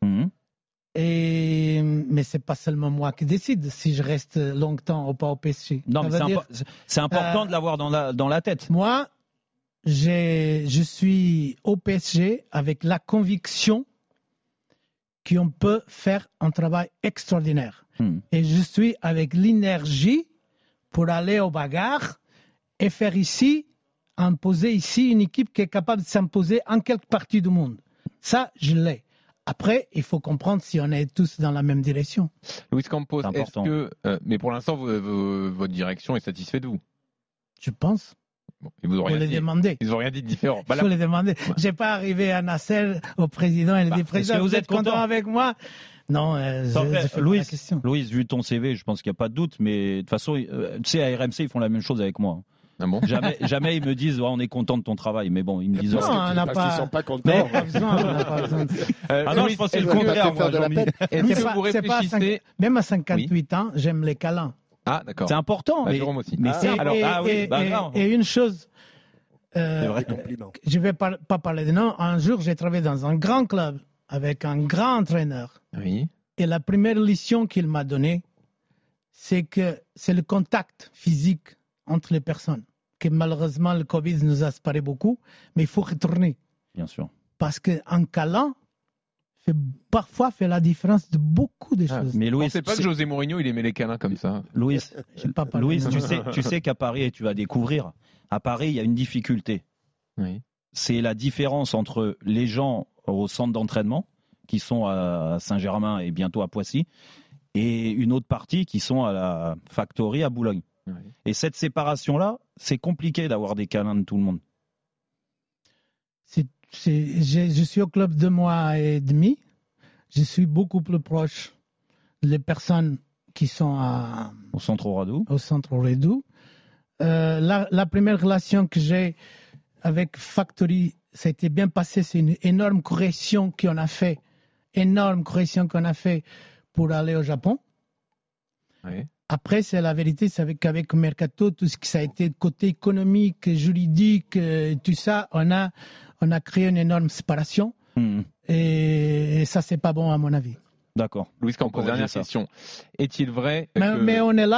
Mais c'est pas seulement moi qui décide si je reste longtemps ou pas au PSG. Non, mais c'est important de l'avoir dans la tête. Moi, je suis au PSG avec la conviction qu'on peut faire un travail extraordinaire. Et je suis avec l'énergie pour aller aux bagarres et faire imposer ici une équipe qui est capable de s'imposer en quelque partie du monde. Ça, je l'ai. Après, il faut comprendre si on est tous dans la même direction. Luis Campos, est-ce que... mais pour l'instant, votre direction est satisfaite de vous ? Je pense. Bon, ils vous ont rien dit. Demander. Ils n'ont rien dit de différent. Il faut les demander. Je n'ai pas arrivé à Nasser, au président, et il dit, président, vous êtes content avec moi ? Non, Louis, vu ton CV, je pense qu'il n'y a pas de doute, mais de toute façon, tu sais, à RMC, ils font la même chose avec moi. Ah bon ? Jamais ils me disent on est content de ton travail, mais bon, ils me disent parce qu'ils sont pas contents. Non, je pense que c'est le contraire. Est-ce que vous réfléchissez même à 58 ans, j'aime les câlins. Ah d'accord. C'est important. Jérôme aussi. Et une chose, je vais pas parler de nom. Un jour, j'ai travaillé dans un grand club avec un grand entraîneur. Oui. Et la première leçon qu'il m'a donnée, c'est que c'est le contact physique entre les personnes. Que malheureusement, le Covid nous a séparés beaucoup, mais il faut retourner. Bien sûr. Parce qu'un câlin parfois fait la différence de beaucoup de choses. Mais Louis, c'est pas que José Mourinho, il aimait les câlins comme ça. Louis, tu sais qu'à Paris, et tu vas découvrir, à Paris, il y a une difficulté. Oui. C'est la différence entre les gens au centre d'entraînement, qui sont à Saint-Germain et bientôt à Poissy, et une autre partie qui sont à la Factory à Boulogne. Oui. Et cette séparation-là, c'est compliqué d'avoir des câlins de tout le monde. Je suis au club 2 mois et demi. Je suis beaucoup plus proche des personnes qui sont au centre Auradou. La première relation que j'ai avec Factory, ça a été bien passé. C'est une énorme correction qu'on a fait. Pour aller au Japon. Oui. Après, c'est la vérité, c'est qu'avec Mercato, tout ce qui ça a été côté économique, juridique, tout ça, on a créé une énorme séparation. Et ça, c'est pas bon à mon avis. D'accord. Louis Campos, dernière question. Est-il vrai mais on est là,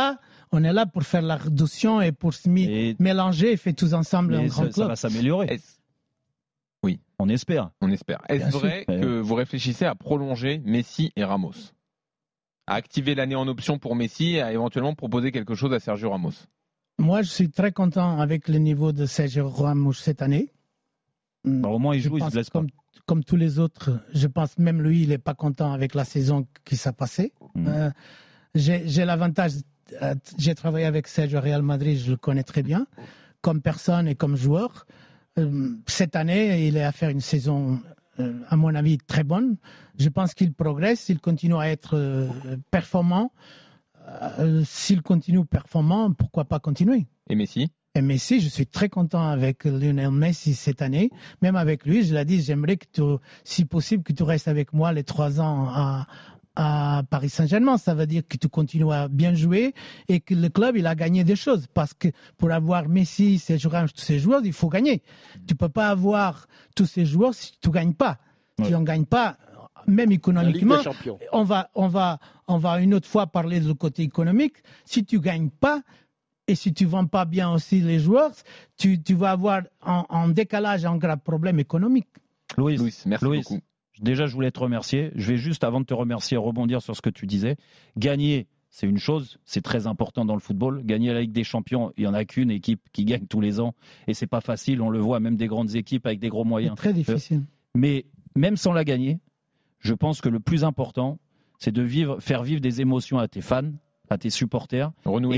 On est là pour faire la réduction et pour se mélanger et faire tous ensemble un grand club. Ça va s'améliorer. Oui. On espère. Est-ce vrai que vous réfléchissez à prolonger Messi et Ramos ? À activer l'année en option pour Messi et à éventuellement proposer quelque chose à Sergio Ramos ? Moi, je suis très content avec le niveau de Sergio Ramos cette année. Au moins, il joue, il se blesse pas. Comme tous les autres, je pense même lui, il n'est pas content avec la saison qui s'est passée. J'ai l'avantage, j'ai travaillé avec Sergio au Real Madrid, je le connais très bien, comme personne et comme joueur. Cette année, il est à faire une saison, à mon avis, très bonne. Je pense qu'il progresse, il continue à être performant. S'il continue performant, pourquoi pas continuer ? Et Messi ? Et Messi, je suis très content avec Lionel Messi cette année. Même avec lui, je l'ai dit, j'aimerais que si possible, que tu restes avec moi les 3 ans à Paris Saint-Germain. Ça veut dire que tu continues à bien jouer et que le club, il a gagné des choses. Parce que pour avoir Messi, tous ces joueurs, il faut gagner. Tu peux pas avoir tous ces joueurs si tu gagnes pas. Si on gagne pas, même économiquement, on va une autre fois parler du côté économique. Si tu gagnes pas, et si tu ne vends pas bien aussi les joueurs, tu vas avoir en décalage un grave problème économique. Louis, merci beaucoup. Déjà, je voulais te remercier. Je vais juste, avant de te remercier, rebondir sur ce que tu disais. Gagner, c'est une chose, c'est très important dans le football. Gagner la Ligue des Champions, il n'y en a qu'une équipe qui gagne tous les ans. Et ce n'est pas facile, on le voit, même des grandes équipes avec des gros moyens. C'est très difficile. Mais même sans la gagner, je pense que le plus important, c'est de faire vivre des émotions à tes fans, à tes supporters, renouer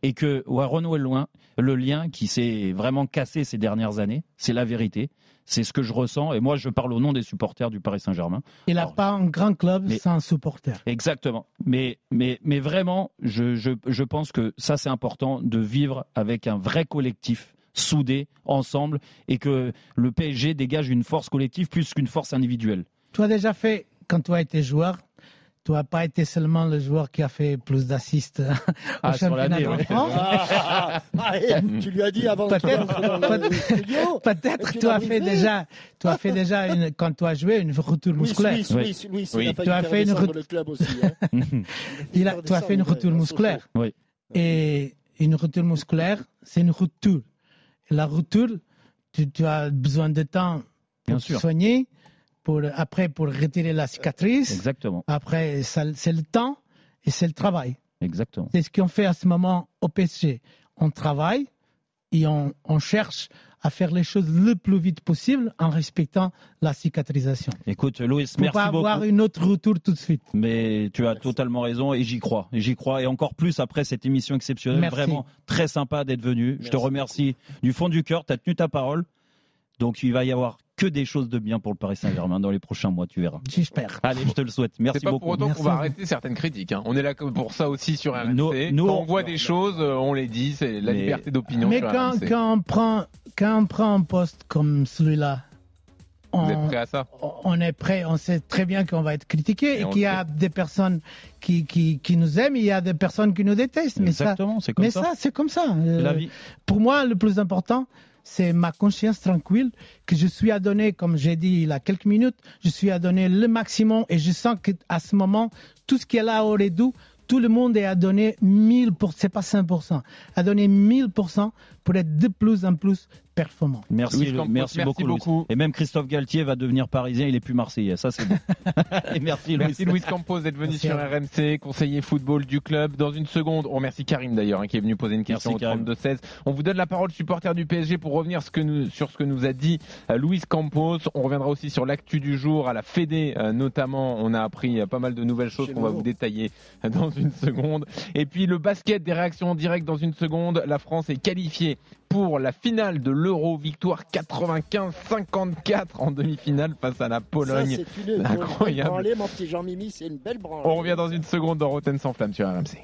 le lien qui s'est vraiment cassé ces dernières années. C'est la vérité, c'est ce que je ressens, et moi je parle au nom des supporters du Paris Saint-Germain. Il n'a pas un grand club sans supporters. Exactement, mais vraiment, je pense que ça c'est important de vivre avec un vrai collectif, soudé, ensemble, et que le PSG dégage une force collective plus qu'une force individuelle. Tu as déjà fait, quand tu as été joueur, tu n'as pas été seulement le joueur qui a fait plus d'assists au championnat de France. Tu lui as dit avant peut-être tu as fait déjà quand tu as joué une rupture musculaire. Oui, tu as fait une rupture aussi. Tu as fait une rupture musculaire. Oui. Et une rupture musculaire, c'est une rupture. Et la rupture, tu as besoin de temps pour te soigner. Après, pour retirer la cicatrice. Exactement. Après, c'est le temps et c'est le travail. Exactement. C'est ce qu'on fait à ce moment au PSG. On travaille et on cherche à faire les choses le plus vite possible en respectant la cicatrisation. Écoute, Louis, merci beaucoup. Pour pas avoir une autre retour tout de suite. Mais tu as totalement raison et j'y crois. Et encore plus après cette émission exceptionnelle. Merci. Vraiment très sympa d'être venu. Je te remercie du fond du cœur. Tu as tenu ta parole. Donc il va y avoir que des choses de bien pour le Paris Saint-Germain dans les prochains mois, tu verras. J'espère. Allez, je te le souhaite. Merci beaucoup. C'est pas pour autant qu'on va arrêter certaines critiques. On est là pour ça aussi sur RMC. Quand on voit des choses, on les dit. C'est la liberté d'opinion. Mais quand on prend un poste comme celui-là, vous êtes prêt à ça ? On est prêt. On sait très bien qu'on va être critiqué et qu'il y a des personnes qui nous aiment, il y a des personnes qui nous détestent. Exactement, c'est comme ça. Mais ça, c'est comme ça. La vie. Pour moi, le plus important, c'est ma conscience tranquille que je suis à donner, comme j'ai dit il y a quelques minutes, je suis à donner le maximum et je sens qu'à ce moment, tout ce qui est là au Redou, tout le monde est à donner 1000%, c'est pas 5%, à donner 1000% pour être de plus en plus performant. Merci beaucoup. Louis. Et même Christophe Galtier va devenir parisien, il est plus marseillais, ça c'est bon. Et merci Louis Campos d'être venu sur RMC, conseiller football du club. Dans une seconde, on remercie Karim d'ailleurs qui est venu poser une question au 32-16. On vous donne la parole supporter du PSG pour revenir sur ce que nous a dit Louis Campos. On reviendra aussi sur l'actu du jour à la Fédé notamment. On a appris pas mal de nouvelles choses qu'on va vous détailler dans une seconde. Et puis le basket, des réactions en direct dans une seconde. La France est qualifiée pour la finale de l'Euro, victoire 95-54 en demi-finale face à la Pologne. Ça, c'est une incroyable. Mon petit Jean-Mimi, c'est une belle branlée. On revient dans une seconde dans Rotten sans flamme sur RMC.